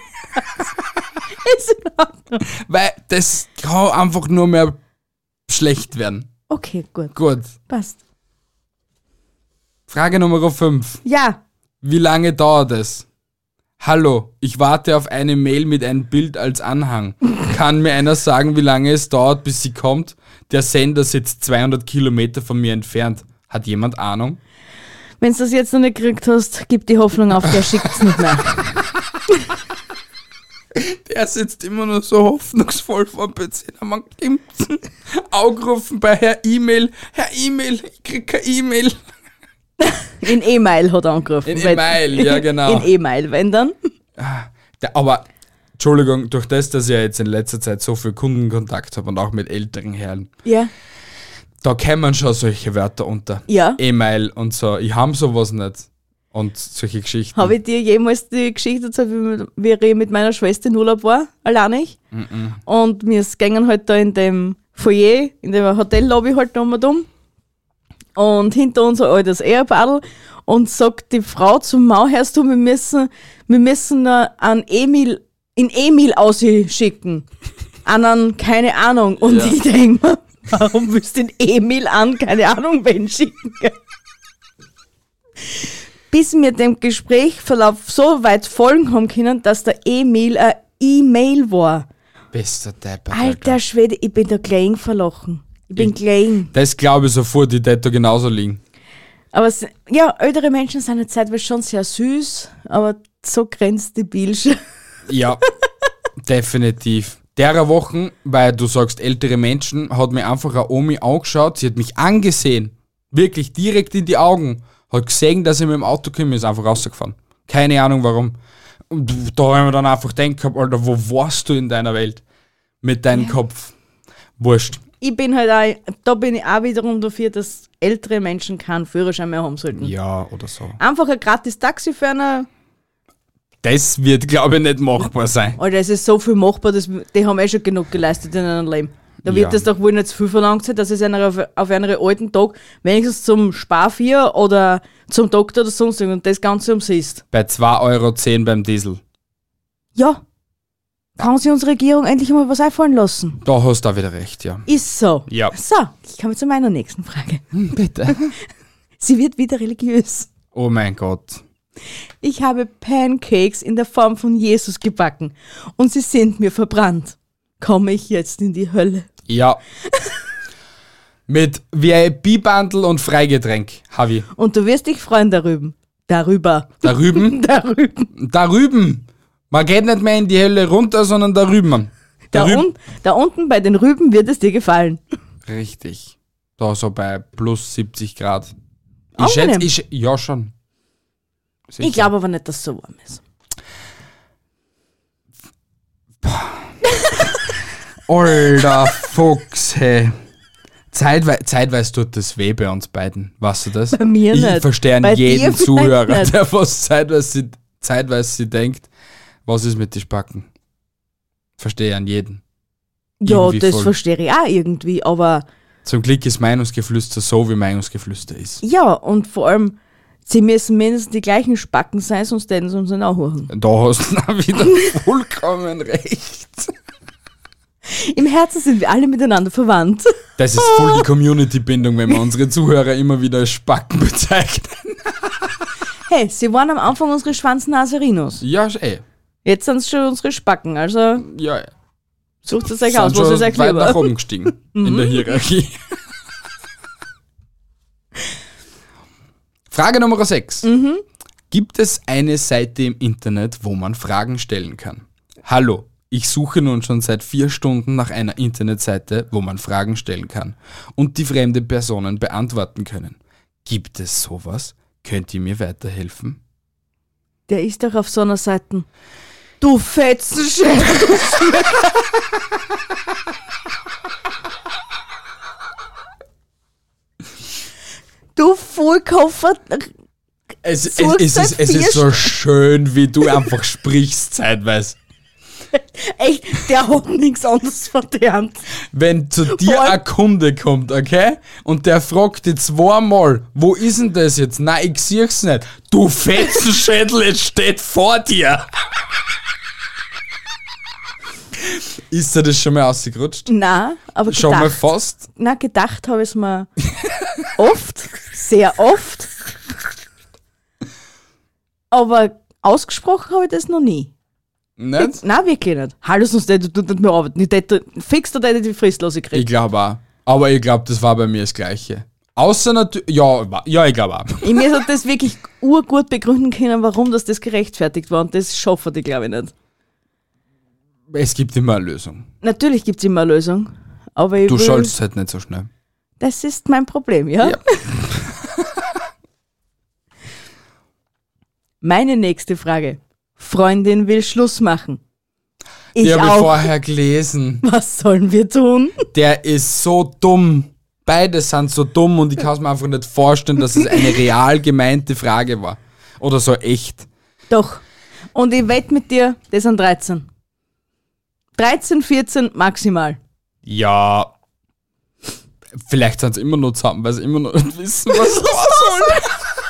Ist in Ordnung. Weil das kann einfach nur mehr schlecht werden. Okay, gut. Gut. Passt. Frage Nummer fünf. Ja. Wie lange dauert es? Hallo, ich warte auf eine Mail mit einem Bild als Anhang. Kann mir einer sagen, wie lange es dauert, bis sie kommt? Der Sender sitzt zweihundert Kilometer von mir entfernt. Hat jemand Ahnung? Wenn du das jetzt noch nicht gekriegt hast, gib die Hoffnung auf, der schickt es nicht mehr. Der sitzt immer nur so hoffnungsvoll vor dem P C. Man Klimpsen. Angerufen bei Herr E-Mail. Herr E-Mail, ich krieg keine E-Mail. In E-Mail hat er angerufen. In E-Mail, ja genau. In E-Mail, wenn dann. Der, aber, Entschuldigung, durch das, dass ich ja jetzt in letzter Zeit so viel Kundenkontakt habe und auch mit älteren Herren, Ja. da kämen schon solche Wörter unter. Ja. E-Mail und so. Ich habe sowas nicht. Und solche Geschichten. Habe ich dir jemals die Geschichte erzählt, wie wie ich mit meiner Schwester in Urlaub war, alleinig? Mm-mm. Und wir gingen halt da in dem Foyer, in der Hotellobby halt nochmal dumm. Und hinter uns ein altes Ehepaar und sagt die Frau zum Mau, hörst du, wir müssen, wir müssen noch einen Emil, in Emil ausschicken. Einen, keine Ahnung. Und Ja. ich denke mir, warum willst du den Emil an, keine Ahnung, wen schicken? Bis wir dem Gesprächsverlauf so weit folgen haben können, dass der Emil ein E-Mail war. Bester Depp. Alter Schwede, ich bin da klein verlochen. Ich bin Ich- klein. Das glaube ich sofort, die Täter genauso liegen. Aber es, ja, ältere Menschen sind jetzt zeitweise schon sehr süß, aber so grenzdebil schon. Ja, definitiv. Derer Wochen, weil du sagst ältere Menschen, hat mir einfach eine Omi angeschaut, sie hat mich angesehen, wirklich direkt in die Augen, hat gesehen, dass ich mit dem Auto komme, ist einfach rausgefahren. Keine Ahnung warum. Und da habe ich mir dann einfach gedacht, gehabt, Alter, wo warst du in deiner Welt? Mit deinem Ja. Kopf. Wurscht. Ich bin halt auch, da bin ich auch wiederum dafür, dass ältere Menschen keinen Führerschein mehr haben sollten. Ja, oder so. Einfach ein gratis Taxi für eine, Das wird, glaube ich, nicht machbar sein. Alter, es ist so viel machbar, dass, die haben eh schon genug geleistet in einem Leben. Da wird Ja. das doch wohl nicht zu viel verlangt sein, dass es einer auf, auf einen alten Tag wenigstens zum Sparvier oder zum Doktor oder sonst irgendwas und das Ganze umsist. Bei zwei Euro zehn beim Diesel. Ja. Kann sich unsere Regierung endlich mal was einfallen lassen? Da hast du auch wieder recht, ja. Ist so. Ja. So, ich komme zu meiner nächsten Frage. Bitte. Sie wird wieder religiös. Oh mein Gott. Ich habe Pancakes in der Form von Jesus gebacken und sie sind mir verbrannt. Komme ich jetzt in die Hölle? Ja. Mit V I P-Bundle und Freigetränk, Havi. Und du wirst dich freuen darüber. Darüber. Darüben? Darüber. Darüben. Man geht nicht mehr in die Hölle runter, sondern darüben. Da, Darüben. un da unten bei den Rüben wird es dir gefallen. Richtig. Da so bei plus siebzig Grad. Ich Angenehm. schätze, ich, schä- ja schon. Sicher. Ich glaube aber nicht, dass es so warm ist. Alter Fuchs, hey. Zeitwe zeitweise tut das weh bei uns beiden. Weißt du das? Bei mir ich nicht. verstehe Bei jeden dir vielleicht Zuhörer, nicht. der was zeitweise, si- zeitweise sie denkt, was ist mit den Spacken? Verstehe an jeden. Ja, Irgendwie das voll. verstehe ich auch irgendwie, aber Zum Glück ist Meinungsgeflüster so, wie Meinungsgeflüster ist. ja, und vor allem, sie müssen mindestens die gleichen Spacken sein, sonst hätten sie uns nicht anhören. Da hast du dann wieder vollkommen recht. Im Herzen sind wir alle miteinander verwandt. Das ist voll die Community-Bindung, wenn wir unsere Zuhörer immer wieder als Spacken bezeichnen. Hey, sie waren am Anfang unsere Schwanznaserinos. Ja, ist eh. Jetzt sind es schon unsere Spacken, also Ja, sucht es euch sind aus, was schon es euch weit nach lieber. oben gestiegen in der Hierarchie. Frage Nummer sechs. Gibt es eine Seite im Internet, wo man Fragen stellen kann? Hallo, ich suche nun schon seit vier Stunden nach einer Internetseite, wo man Fragen stellen kann und die fremde Personen beantworten können. Gibt es sowas? Könnt ihr mir weiterhelfen? Der ist doch auf so einer Seite. Du Fetzenschädel! Du Vollkoffer! Es, es, Suchst es, ist, seit es vier ist so schön, wie du einfach sprichst zeitweise. Echt, der hat nichts anderes verdient. Wenn zu dir Voll. ein Kunde kommt, okay? Und der fragt dich zweimal, wo ist denn das jetzt? Nein, ich sieh's nicht. Du Fetzenschädel, es steht vor dir. Ist dir das schon mal ausgerutscht? Na, aber Schon mal gedacht. fast? Na, gedacht habe ich es mir oft, sehr oft. Aber ausgesprochen habe ich das noch nie. Nicht? Nein, wirklich nicht. Hallo, sonst hätte du nicht mehr arbeiten. Ich hätte, fix, da hätte ich die Fristlose Ich gekriegt. glaube auch. Aber ich glaube, das war bei mir das Gleiche. Außer natürlich, ja, wa- ja, ich glaube auch. Ich mir hat das wirklich urgut begründen können, warum das, das gerechtfertigt war. Und das schafft ich, glaube ich, nicht. Es gibt immer eine Lösung. Natürlich gibt es immer eine Lösung. Aber ich Du will, schaltest halt nicht so schnell. Das ist mein Problem, ja? Ja. Meine nächste Frage. Freundin will Schluss machen. Ich Die habe ich auch. vorher gelesen. Was sollen wir tun? Der ist so dumm. Beide sind so dumm und ich kann es mir einfach nicht vorstellen, dass es eine real gemeinte Frage war. Oder so echt. Doch. Und ich wette mit dir, das sind dreizehn. dreizehn, vierzehn maximal. Ja. Vielleicht sind sie immer noch zusammen, weil sie immer noch nicht wissen, was sie machen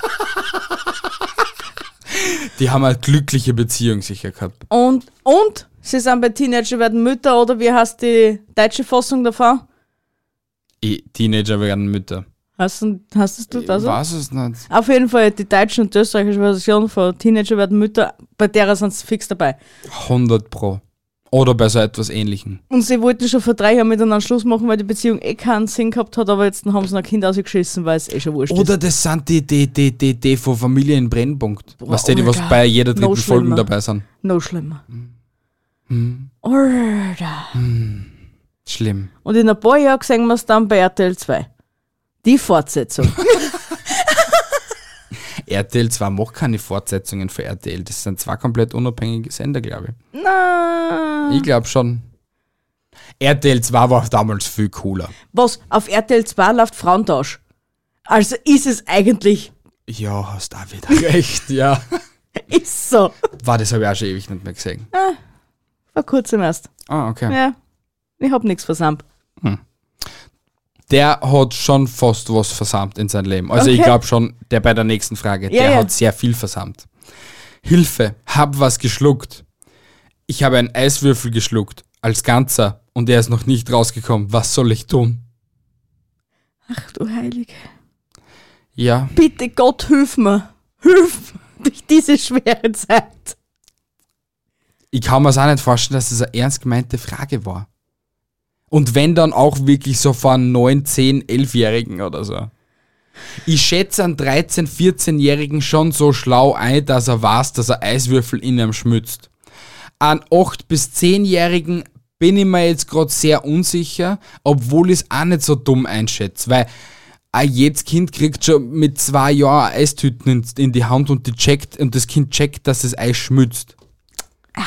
sollen. Die haben eine glückliche Beziehung sicher gehabt. Und, und sie sind bei Teenager werden Mütter, oder wie heißt die deutsche Fassung davon? Eh, Teenager werden Mütter. Hast du, hast du Ich das? weiß es nicht. Auf jeden Fall die deutsche und die österreichische Version von Teenager werden Mütter, bei derer sind sie fix dabei. hundert Pro. Oder bei so etwas Ähnlichem. Und sie wollten schon vor drei Jahren miteinander Schluss machen, weil die Beziehung eh keinen Sinn gehabt hat, aber jetzt haben sie noch ein Kind ausgeschissen, weil es eh schon wurscht Oder ist. das sind die, die, die, die, die von Familie in Brennpunkt. Boah, Was die, die was Alter. bei jeder dritten No Folge schlimmer. dabei sind. Noch schlimmer. Hm. Alter. Schlimm. Und in ein paar Jahren sehen wir es dann bei R T L zwei. Die Fortsetzung. R T L zwei macht keine Fortsetzungen für R T L. Das sind zwei komplett unabhängige Sender, glaube ich. Na. Ich glaube schon. R T L zwei war damals viel cooler. Was? Auf R T L zwei läuft Frauentausch. Also ist es eigentlich. Ja, hast auch wieder recht, ja. Ist so. War, das habe ich auch schon ewig nicht mehr gesehen. Vor kurzem erst. Ah, okay. Ja. Ich hab nichts versammelt. Der hat schon fast was versammelt in seinem Leben. Also Okay. ich glaube schon, der bei der nächsten Frage, Ja, der ja. hat sehr viel versammelt. Hilfe, hab was geschluckt. Ich habe einen Eiswürfel geschluckt, als Ganzer, und er ist noch nicht rausgekommen. Was soll ich tun? Ach du Heilige. Ja, Bitte Gott, hilf mir. Hilf durch diese schwere Zeit. ich kann mir auch nicht vorstellen, dass das eine ernst gemeinte Frage war. Und wenn dann auch wirklich so von neun, zehn, elfjährigen oder so. Ich schätze einen dreizehn-, vierzehnjährigen schon so schlau ein, dass er weiß, dass er Eiswürfel in ihm schmützt. An acht- bis zehnjährigen bin ich mir jetzt gerade sehr unsicher, obwohl ich es auch nicht so dumm einschätze, weil auch jedes Kind kriegt schon mit zwei Jahren Eistüten in, in die Hand und die checkt und das Kind checkt, dass das Eis schmützt. Ah,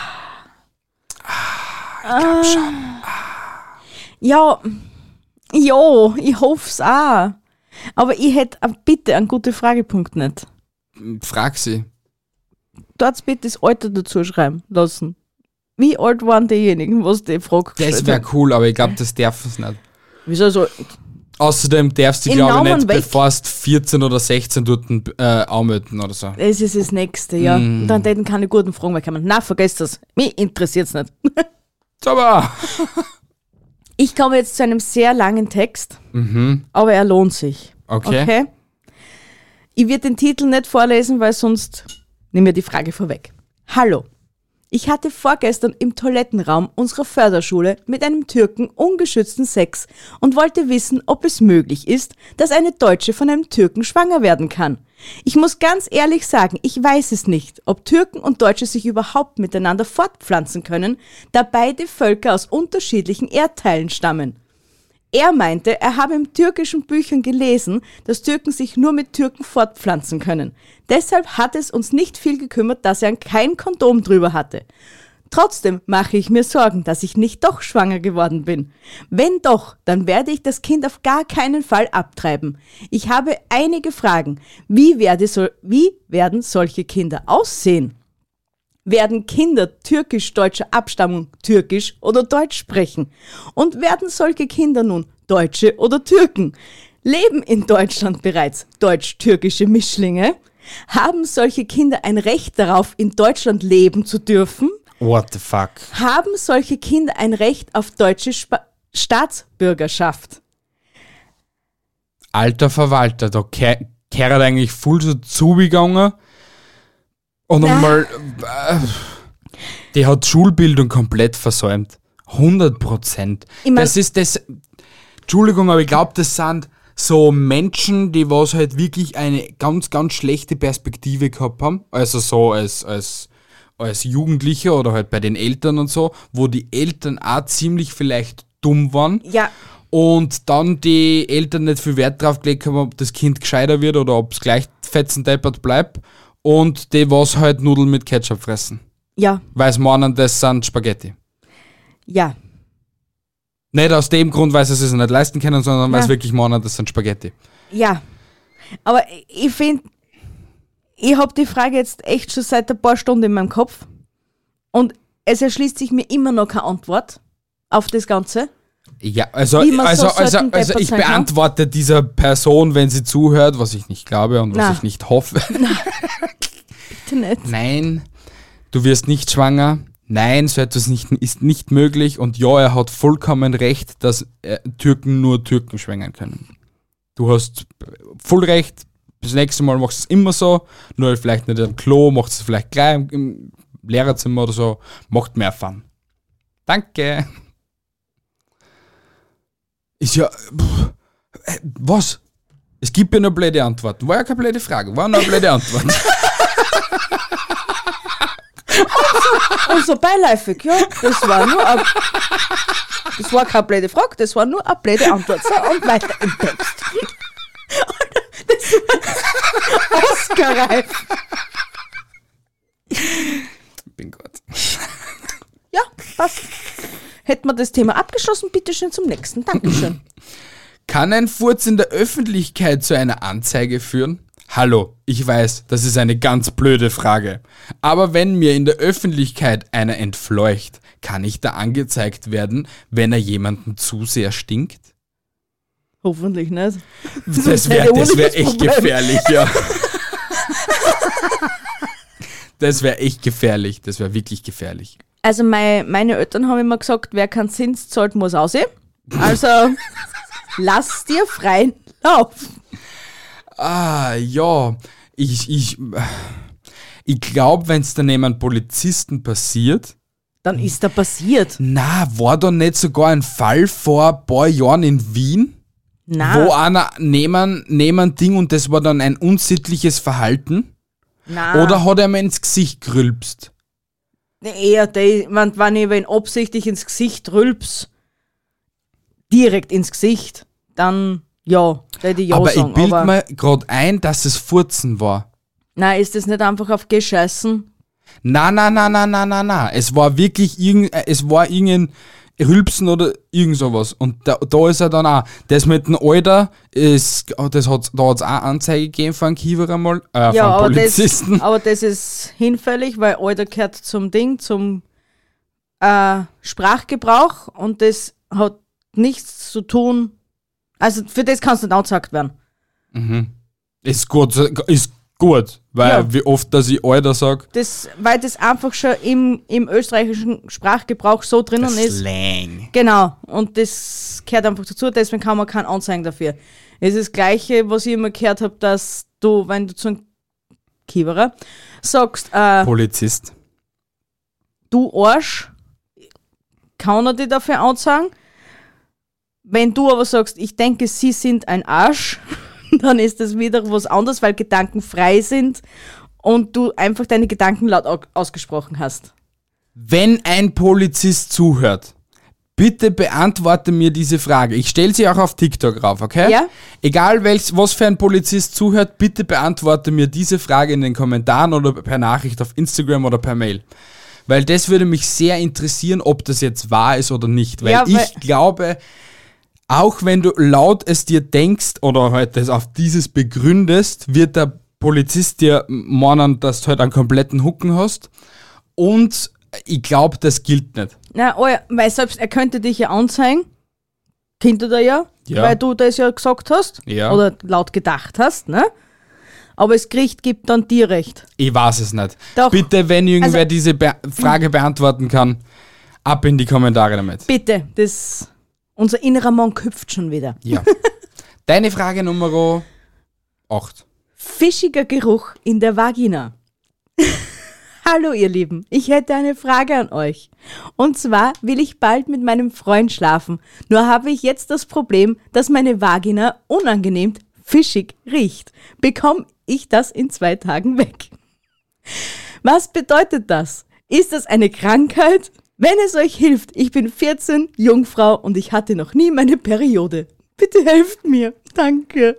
ich glaube schon. Ja, ja, ich hoff's auch. Aber ich hätte äh, bitte einen guten Fragepunkt nicht. Frag sie. Dort bitte das Alter dazu schreiben lassen. Wie alt waren diejenigen, was die Frage Das gestellt wäre haben? cool, aber ich glaube, das darf es nicht. Wieso so? Außerdem darfst du, In glaube ich, Namen nicht, weg. bevor du vierzehn oder sechzehn dort äh, anmelden oder so. Das ist das Nächste, ja. Mm. Und dann hätten keine guten Fragen mehr kommen. Na, vergesst das. Mich interessiert's nicht. Aber. Ich komme jetzt zu einem sehr langen Text, Mhm. aber er lohnt sich. Okay. Okay? Ich werde den Titel nicht vorlesen, weil sonst nehmen wir die Frage vorweg. Hallo. Ich hatte vorgestern im Toilettenraum unserer Förderschule mit einem Türken ungeschützten Sex und wollte wissen, ob es möglich ist, dass eine Deutsche von einem Türken schwanger werden kann. Ich muss ganz ehrlich sagen, ich weiß es nicht, ob Türken und Deutsche sich überhaupt miteinander fortpflanzen können, da beide Völker aus unterschiedlichen Erdteilen stammen. Er meinte, er habe in türkischen Büchern gelesen, dass Türken sich nur mit Türken fortpflanzen können. Deshalb hat es uns nicht viel gekümmert, dass er kein Kondom drüber hatte. Trotzdem mache ich mir Sorgen, dass ich nicht doch schwanger geworden bin. Wenn doch, dann werde ich das Kind auf gar keinen Fall abtreiben. Ich habe einige Fragen. Wie, werde so, wie werden solche Kinder aussehen? Werden Kinder türkisch-deutscher Abstammung türkisch oder deutsch sprechen? Und werden solche Kinder nun Deutsche oder Türken? Leben in Deutschland bereits deutsch-türkische Mischlinge? Haben solche Kinder ein Recht darauf, in Deutschland leben zu dürfen? What the fuck? Haben solche Kinder ein Recht auf deutsche Spa- Staatsbürgerschaft? Alter Verwalter, da ke- kehrt eigentlich voll so zugegangen. Und Na. einmal, äh, die hat Schulbildung komplett versäumt. hundert Prozent. Ich mein- Das ist das, Entschuldigung, aber ich glaube, das sind so Menschen, die was halt wirklich eine ganz, ganz schlechte Perspektive gehabt haben. Also so als, als als Jugendlicher oder halt bei den Eltern und so, wo die Eltern auch ziemlich vielleicht dumm waren. Ja. Und dann die Eltern nicht viel Wert drauf gelegt haben, ob das Kind gescheiter wird oder ob es gleich fetzendeppert bleibt. Und die was halt Nudeln mit Ketchup fressen. Ja. Weil sie meinen, das sind Spaghetti. Ja. Nicht aus dem Grund, weil sie es sich nicht leisten können, sondern weil Ja. sie wirklich meinen, das sind Spaghetti. Ja. Aber ich finde, ich habe die Frage jetzt echt schon seit ein paar Stunden in meinem Kopf. Und es erschließt sich mir immer noch keine Antwort auf das Ganze. Ja, also, Wie man also, so also, certain also deppert ich sein kann. beantworte dieser Person, wenn sie zuhört, was ich nicht glaube und was Na. ich nicht hoffe. Bitte nicht. Nein, du wirst nicht schwanger. Nein, so etwas nicht, ist nicht möglich. Und ja, er hat vollkommen recht, dass äh, Türken nur Türken schwängern können. Du hast voll recht. Das nächste Mal machst du es immer so. Nur vielleicht nicht am Klo, machst du es vielleicht gleich im, im Lehrerzimmer oder so. Macht mehr Fun. Danke. Ist ja. Pff, äh, was? Es gibt ja nur blöde Antworten. War ja keine blöde Frage, war nur eine blöde Antwort. Also beiläufig, ja. Das war nur ein, das war keine blöde Frage, das war nur eine blöde Antwort. So, und weiter im Text. Das war Oscar-reif. Bin gut. Ja, passt. Hätten wir das Thema abgeschlossen, bitteschön zum nächsten. Dankeschön. Kann ein Furz in der Öffentlichkeit zu einer Anzeige führen? Hallo, ich weiß, das ist eine ganz blöde Frage. Aber wenn mir in der Öffentlichkeit einer entfleucht, kann ich da angezeigt werden, wenn er jemanden zu sehr stinkt? Hoffentlich nicht. Das wäre das wär echt gefährlich, ja. Das wäre echt gefährlich, das wäre wirklich gefährlich. Also mein, meine Eltern haben immer gesagt, wer keinen Zins zahlt, muss aussehen. Also lass dir freien Lauf. Ah, ja, ich, ich, ich glaube, wenn es dann jemand Polizisten passiert, Dann ist da passiert. na, war da nicht sogar ein Fall vor ein paar Jahren in Wien, Na, wo einer nehmen, nehmen Ding und das war dann ein unsittliches Verhalten? na. Oder hat er mir ins Gesicht gerülpst? Eher, die, wenn, wenn ich wen absichtlich ins Gesicht rülps, direkt ins Gesicht, dann ja, da hätte ich ja aber sagen. ich bild aber mir gerade ein, dass es Furzen war. nein, ist das nicht einfach auf Gescheißen? Na, na, na, na, na, na, na. Es war wirklich irgend, es war irgendein Rülpsen oder irgend sowas. Und da, da ist er dann auch. Das mit dem Alter, ist, das hat's, da hat es auch Anzeige gegeben von einem Kiewerer mal, äh, Ja, von aber das, Polizisten. aber das ist hinfällig, weil Alter gehört zum Ding, zum äh, Sprachgebrauch und das hat nichts zu tun. Also für das kannst du nicht angezeigt werden. Ist gut, ist gut, weil Ja. wie oft, dass ich Alter sage, Das, weil das einfach schon im, im österreichischen Sprachgebrauch so drinnen ist. Slang. Genau, und das gehört einfach dazu, deswegen kann man keinen anzeigen dafür. Es ist das Gleiche, was ich immer gehört habe, dass du, wenn du zu einem Kiewerer sagst, äh, Polizist. du Arsch, kann er dich dafür anzeigen. Wenn du aber sagst, ich denke, sie sind ein Arsch, dann ist das wieder was anderes, weil Gedanken frei sind und du einfach deine Gedanken laut au- ausgesprochen hast. Wenn ein Polizist zuhört, bitte beantworte mir diese Frage. Ich stelle sie auch auf TikTok rauf, okay? Ja. Egal welch, was für ein Polizist zuhört, bitte beantworte mir diese Frage in den Kommentaren oder per Nachricht auf Instagram oder per Mail. Weil das würde mich sehr interessieren, ob das jetzt wahr ist oder nicht. Weil, Ja, weil- ich glaube, auch wenn du laut es dir denkst oder halt das auf dieses begründest, wird der Polizist dir meinen, dass du halt einen kompletten Hucken hast. Und ich glaube, das gilt nicht. Na, oh ja, weil selbst er könnte dich ja anzeigen, könnte er ja, Ja. weil du das ja gesagt hast Ja. oder laut gedacht hast, ne? Aber das Gericht gibt dann dir recht. Ich weiß es nicht. Doch. Bitte, wenn irgendwer Also- diese Be- Frage beantworten kann, ab in die Kommentare damit. Bitte, das, unser innerer Mann hüpft schon wieder. Ja. Deine Frage Nummer acht. Fischiger Geruch in der Vagina. Hallo ihr Lieben, ich hätte eine Frage an euch. Und zwar will ich bald mit meinem Freund schlafen. Nur habe ich jetzt das Problem, dass meine Vagina unangenehm fischig riecht. Bekomme ich das in zwei Tagen weg? Was bedeutet das? Ist das eine Krankheit? Wenn es euch hilft, ich bin vierzehn, Jungfrau und ich hatte noch nie meine Periode. Bitte helft mir. Danke.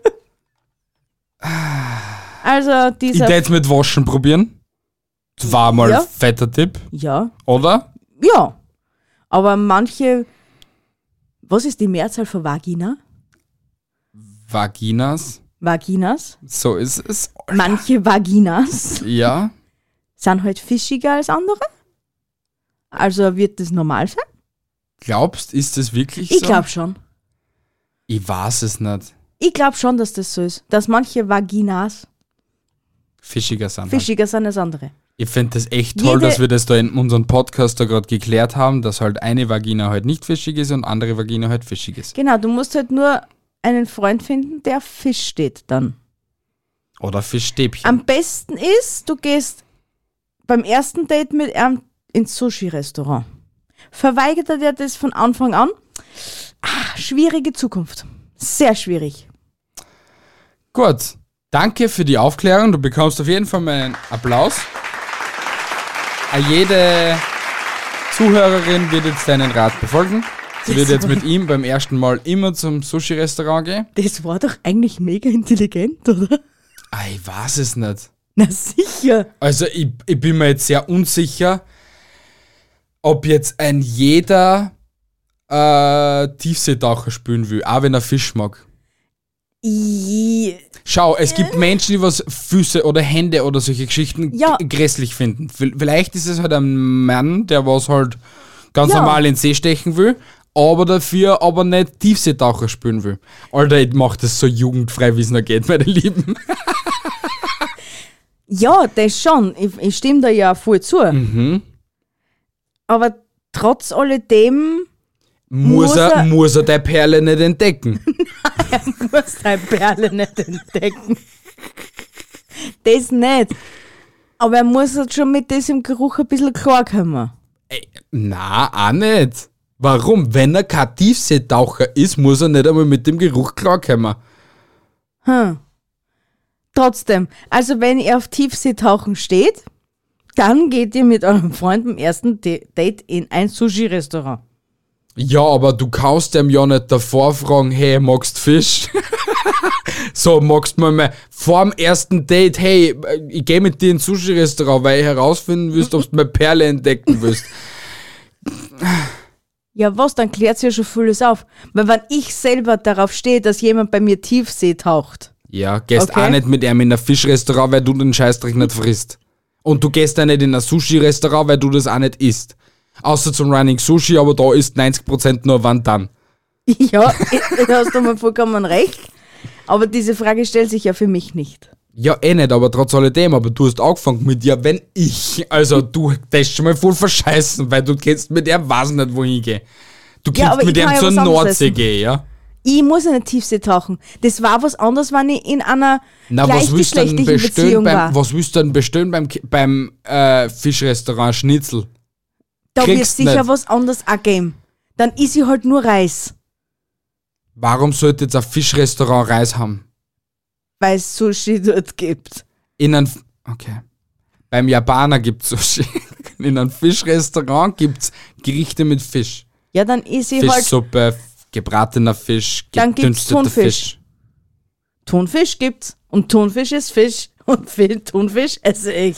Also Ich dieser... werde jetzt mit Waschen probieren. Das war mal Ja. ein fetter Tipp, Ja, oder? ja. Aber manche... Was ist die Mehrzahl für Vagina? Vaginas. Vaginas. So ist es. Manche Vaginas Ja. sind halt fischiger als andere. Also wird das normal sein? Glaubst, ist das wirklich Ich so? glaube schon. Ich weiß es nicht. Ich glaube schon, dass das so ist. Dass manche Vaginas Fischiger sind. Halt. fischiger sind als andere. Ich finde das echt toll, Jede- dass wir das da in unserem Podcast da gerade geklärt haben, dass halt eine Vagina halt nicht fischig ist und andere Vagina halt fischig ist. Genau, du musst halt nur einen Freund finden, der auf Fisch steht dann. Oder Fischstäbchen. Am besten ist, du gehst beim ersten Date mit ihm ins Sushi-Restaurant. Verweigert er dir das von Anfang an? Ah, schwierige Zukunft. Sehr schwierig. Gut, danke für die Aufklärung. Du bekommst auf jeden Fall meinen Applaus. A jede Zuhörerin wird jetzt deinen Rat befolgen. Sie wird jetzt mit ihm beim ersten Mal immer zum Sushi-Restaurant gehen. Das war doch eigentlich mega intelligent, oder? Ah, ich weiß es nicht. Na sicher. Also ich, ich bin mir jetzt sehr unsicher, ob jetzt ein jeder äh, Tiefseetaucher spülen will, auch wenn er Fisch mag. I- Schau, es gibt Menschen, die was Füße oder Hände oder solche Geschichten Ja. g- grässlich finden. V- Vielleicht ist es halt ein Mann, der was halt ganz Ja. normal in den See stechen will, aber dafür aber nicht Tiefseetaucher spülen will. Alter, ich mach das so jugendfrei, wie es noch geht, meine Lieben. Ja, das schon. Ich, ich stimme da ja voll zu. Mhm. Aber trotz alledem Muss, Muss er, er- muss er der Perle nicht entdecken. muss deine Perle nicht entdecken. Das nicht. Aber er muss halt schon mit diesem Geruch ein bisschen klarkommen. Ey, na, auch nicht. Warum? Wenn er kein Tiefseetaucher ist, muss er nicht einmal mit dem Geruch klarkommen. Hm. Trotzdem, also wenn ihr auf Tiefseetauchen steht, dann geht ihr mit eurem Freund beim ersten D- Date in ein Sushi-Restaurant. Ja, aber du kannst dem ja nicht davor fragen, hey, magst Fisch? So, magst mal mal vor dem ersten Date, hey, ich gehe mit dir ins Sushi-Restaurant, weil ich herausfinden willst, ob du meine Perle entdecken willst. Ja was, dann klärt ja schon vieles auf. Weil wenn ich selber darauf stehe, dass jemand bei mir Tiefsee taucht, Ja, gehst Okay. auch nicht mit ihm in ein Fischrestaurant, weil du den Scheißdreck nicht frisst. Und du gehst auch nicht in ein Sushi-Restaurant, weil du das auch nicht isst. Außer zum Running Sushi, aber da ist neunzig Prozent nur wann dann. ja, da hast du mal vollkommen recht. Aber diese Frage stellt sich ja für mich nicht. Ja, eh nicht, aber trotz alledem, aber du hast angefangen mit ja, wenn ich, also du, das ist schon mal voll verscheißen, weil du kennst mit dem, weiß nicht, wohin gehen. Du Ja, kannst aber mit ich dem kann ja zur was anderes Nordsee essen. gehen, ja? Ich muss in der Tiefsee tauchen. Das war was anderes, wenn ich in einer Na, was willst du denn gleichgeschlechtlichen bestellen Beziehung beim, war. was willst du denn bestellen beim, Ki- beim äh, Fischrestaurant Schnitzel? Da wird kriegst sicher nicht. was anderes auch geben. Dann ist ich halt nur Reis, Warum sollte jetzt ein Fischrestaurant Reis haben? weil es Sushi dort gibt. In einem, okay. Beim Japaner gibt's Sushi. In einem Fischrestaurant gibt's Gerichte mit Fisch. Ja, dann ist ich halt Fischsuppe, gebratener Fisch, Dann gibt's gedünsteter Thunfisch. Fisch. Thunfisch gibt's. Und Thunfisch ist Fisch. Und viel Thunfisch esse ich.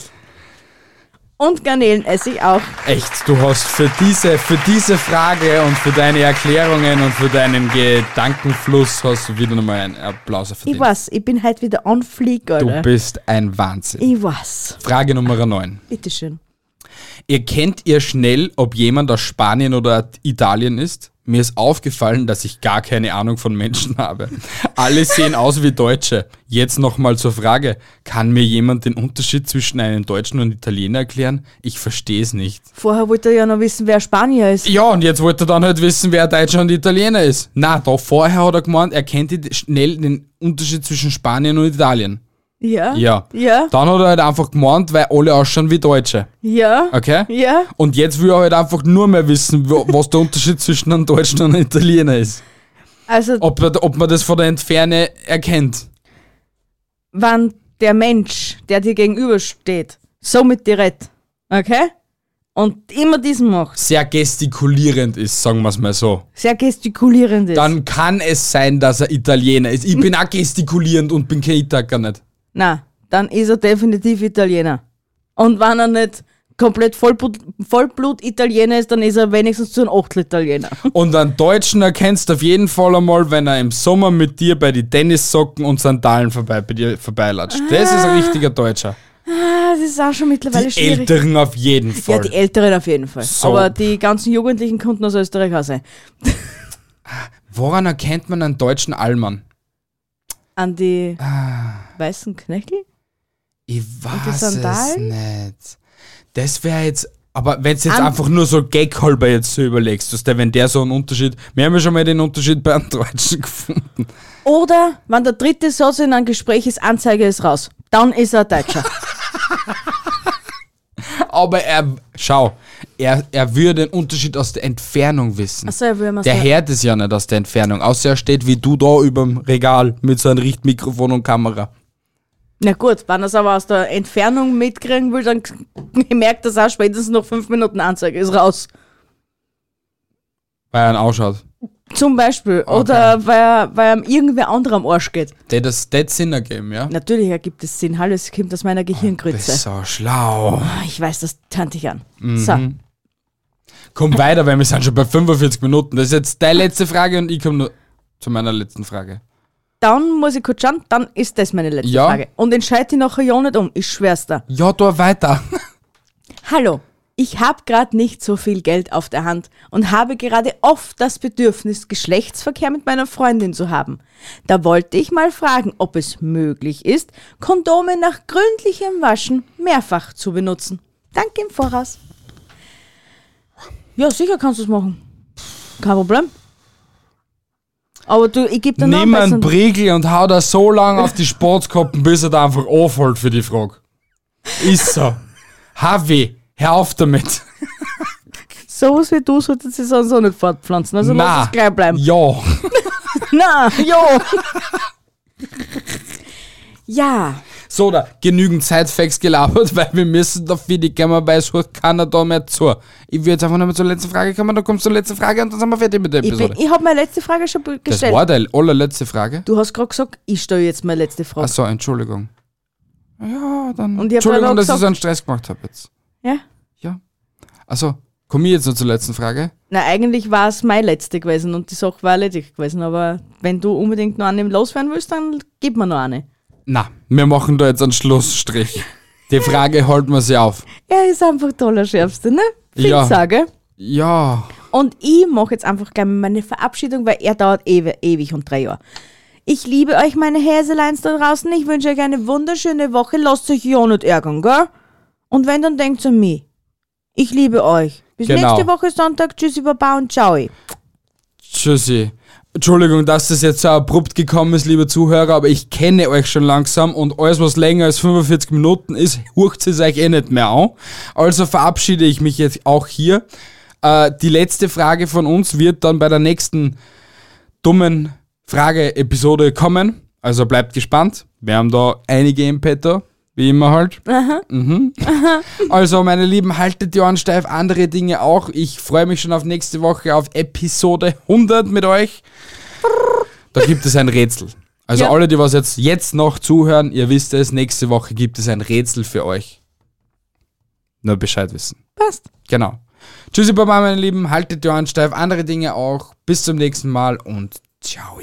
Und Garnelen esse ich auch. Echt, du hast für diese, für diese Frage und für deine Erklärungen und für deinen Gedankenfluss hast du wieder nochmal einen Applaus verdient. Ich weiß, ich bin halt wieder on fleek, Du Alter. bist ein Wahnsinn. Ich weiß. Frage Nummer neun. Bitteschön. Erkennt ihr schnell, ob jemand aus Spanien oder Italien ist? Mir ist aufgefallen, dass ich gar keine Ahnung von Menschen habe. Alle sehen aus wie Deutsche. Jetzt nochmal zur Frage. Kann mir jemand den Unterschied zwischen einem Deutschen und Italiener erklären? Ich verstehe es nicht. Vorher wollte er ja noch wissen, wer Spanier ist. Ja, und jetzt wollte er dann halt wissen, wer Deutscher und Italiener ist. Na, da vorher hat er gemeint, er kennt schnell den Unterschied zwischen Spanien und Italien. Ja? Ja. Ja? Dann hat er halt einfach gemeint, weil alle ausschauen wie Deutsche. Ja? Okay? Ja? Und jetzt will er halt einfach nur mehr wissen, wo- was der Unterschied zwischen einem Deutschen und einem Italiener ist. Also, Ob, er- ob man das von der Entferne erkennt. wenn der Mensch, der dir gegenübersteht, so mit dir red. Okay? Und immer diesen macht. Sehr gestikulierend ist, sagen wir es mal so. Sehr gestikulierend ist. Dann kann es sein, dass er Italiener ist. Ich bin auch gestikulierend und bin kein Italiener nicht. Na, dann ist er definitiv Italiener. Und wenn er nicht komplett Vollblut, Vollblut-Italiener ist, dann ist er wenigstens zu einem Achtel-Italiener. Und einen Deutschen erkennst du auf jeden Fall einmal, wenn er im Sommer mit dir bei die Tennissocken und Sandalen vorbei, bei dir vorbeilatscht. Ah. Das ist ein richtiger Deutscher. Ah, das ist auch schon mittlerweile die schwierig. Die Älteren auf jeden Fall. Ja, die Älteren auf jeden Fall. So. Aber die ganzen Jugendlichen konnten aus Österreich auch sein. Woran erkennt man einen deutschen Allmann? An die ah. weißen Knöchel? Ich weiß es nicht. Das wäre jetzt... Aber wenn du jetzt An einfach nur so gag-halber jetzt so überlegst, dass der, wenn der so einen Unterschied... Wir haben ja schon mal den Unterschied bei einem Deutschen gefunden. Oder, wenn der dritte Satz in einem Gespräch ist, Anzeige ist raus. Dann ist er ein Deutscher. Aber er, schau, er, er würde den Unterschied aus der Entfernung wissen. Ach so, er will mal der sagen. hört es ja nicht aus der Entfernung, außer er steht wie du da überm Regal mit so einem Richtmikrofon und Kamera. Na gut, wenn er es aber aus der Entfernung mitkriegen will, dann merkt er es auch spätestens nach fünf Minuten Anzeige ist raus. Weil er ihn ausschaut. Zum Beispiel. Okay. Oder weil, er, weil ihm irgendwer anderer am Arsch geht. Der das das Sinn ergeben, ja? Natürlich ergibt es Sinn. Hallo, es kommt aus meiner Gehirngrütze. Du bist so schlau. Ich weiß, das tönt dich an. Mhm. So. Komm weiter, weil wir sind schon bei fünfundvierzig Minuten. Das ist jetzt deine letzte Frage und ich komme nur zu meiner letzten Frage. Dann muss ich kurz schauen, dann ist das meine letzte ja. Frage. Und entscheide dich nachher ja nicht um, ich schwör's dir. Ja, da weiter. Hallo. Ich habe gerade nicht so viel Geld auf der Hand und habe gerade oft das Bedürfnis, Geschlechtsverkehr mit meiner Freundin zu haben. Da wollte ich mal fragen, ob es möglich ist, Kondome nach gründlichem Waschen mehrfach zu benutzen. Danke im Voraus. Ja, sicher kannst du es machen. Kein Problem. Aber du, ich gebe dir noch Nimm einen Briegel und hau da so lange auf die Sportkoppen, bis er da einfach anfällt für die Frage. Ist so. Havi. Hör auf damit. Sowas wie du solltest sie sonst auch nicht fortpflanzen. Also Na, lass es gleich bleiben. Ja. Na, ja. Ja. So, da genügend Sidefacts gelabert, weil wir müssen da für die gehen wir bei so keiner da mehr zu. Ich will jetzt einfach nochmal zur letzten Frage kommen, dann kommst du zur letzten Frage und dann sind wir fertig mit der Episode. Ich, ich habe meine letzte Frage schon gestellt. Das war deine allerletzte Frage? Du hast gerade gesagt, ich stelle jetzt meine letzte Frage. Achso, Entschuldigung. Ja, dann und ich Entschuldigung, dass gesagt, ich so einen Stress gemacht habe jetzt. Ja? Ja. Also, komme ich jetzt noch zur letzten Frage? Na, eigentlich war es meine letzte gewesen und die Sache war erledigt gewesen, aber wenn du unbedingt noch eine loswerden willst, dann gib mir noch eine. Na, wir machen da jetzt einen Schlussstrich. Die Frage halten wir sie auf. Er ist einfach toller Schärfste, ne? Ja. Sage. Ja. Und ich mache jetzt einfach gleich meine Verabschiedung, weil er dauert ewi- ewig und drei Jahre. Ich liebe euch, meine Häseleins da draußen. Ich wünsche euch eine wunderschöne Woche. Lasst euch ja nicht ärgern, gell? Und wenn, dann denkt an mich. Ich liebe euch. Bis Genau. nächste Woche Sonntag. Tschüssi, Baba und ciao. Tschüssi. Entschuldigung, dass das jetzt so abrupt gekommen ist, liebe Zuhörer, aber ich kenne euch schon langsam und alles, was länger als fünfundvierzig Minuten ist, hurcht es euch eh nicht mehr an. Also verabschiede ich mich jetzt auch hier. Äh, die letzte Frage von uns wird dann bei der nächsten dummen Frage-Episode kommen. Also bleibt gespannt. Wir haben da einige im Petto. Wie immer halt. Aha. Mhm. Aha. Also, meine Lieben, haltet die Ohren steif, andere Dinge auch. Ich freue mich schon auf nächste Woche auf Episode hundert mit euch. Da gibt es ein Rätsel. Also ja. alle, die was jetzt, jetzt noch zuhören, ihr wisst es, nächste Woche gibt es ein Rätsel für euch. Nur Bescheid wissen. Passt. Genau. Tschüssi, Baba, meine Lieben, haltet die Ohren steif, andere Dinge auch. Bis zum nächsten Mal und ciao.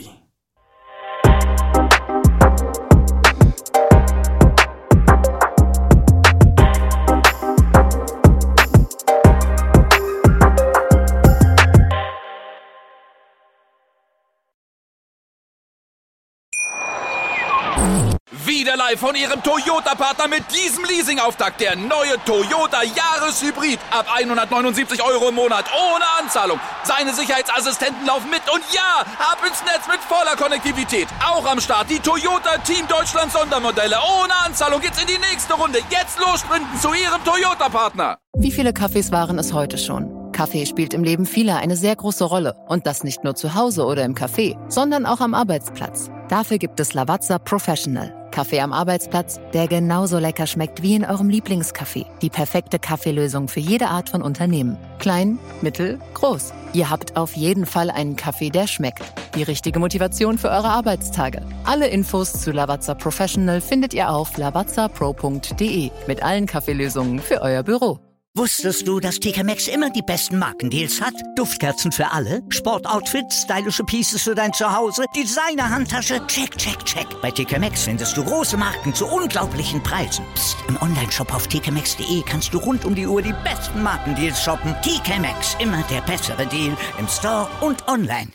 Wieder live von Ihrem Toyota-Partner mit diesem Leasing-Auftakt. Der neue Toyota Jahreshybrid. Ab hundertneunundsiebzig Euro im Monat. Ohne Anzahlung. Seine Sicherheitsassistenten laufen mit. Und ja, ab ins Netz mit voller Konnektivität. Auch am Start die Toyota Team Deutschland Sondermodelle. Ohne Anzahlung geht's in die nächste Runde. Jetzt los sprinten zu Ihrem Toyota-Partner. Wie viele Kaffees waren es heute schon? Kaffee spielt im Leben vieler eine sehr große Rolle. Und das nicht nur zu Hause oder im Café, sondern auch am Arbeitsplatz. Dafür gibt es Lavazza Professional. Kaffee am Arbeitsplatz, der genauso lecker schmeckt wie in eurem Lieblingscafé. Die perfekte Kaffeelösung für jede Art von Unternehmen. Klein, mittel, groß. Ihr habt auf jeden Fall einen Kaffee, der schmeckt. Die richtige Motivation für eure Arbeitstage. Alle Infos zu Lavazza Professional findet ihr auf lavazza pro punkt de mit allen Kaffeelösungen für euer Büro. Wusstest du, dass T K Maxx immer die besten Markendeals hat? Duftkerzen für alle, Sportoutfits, stylische Pieces für dein Zuhause, Designer-Handtasche, check, check, check. Bei T K Maxx findest du große Marken zu unglaublichen Preisen. Psst. Im Onlineshop auf t k maxx punkt de kannst du rund um die Uhr die besten Markendeals shoppen. T K Maxx, immer der bessere Deal im Store und online.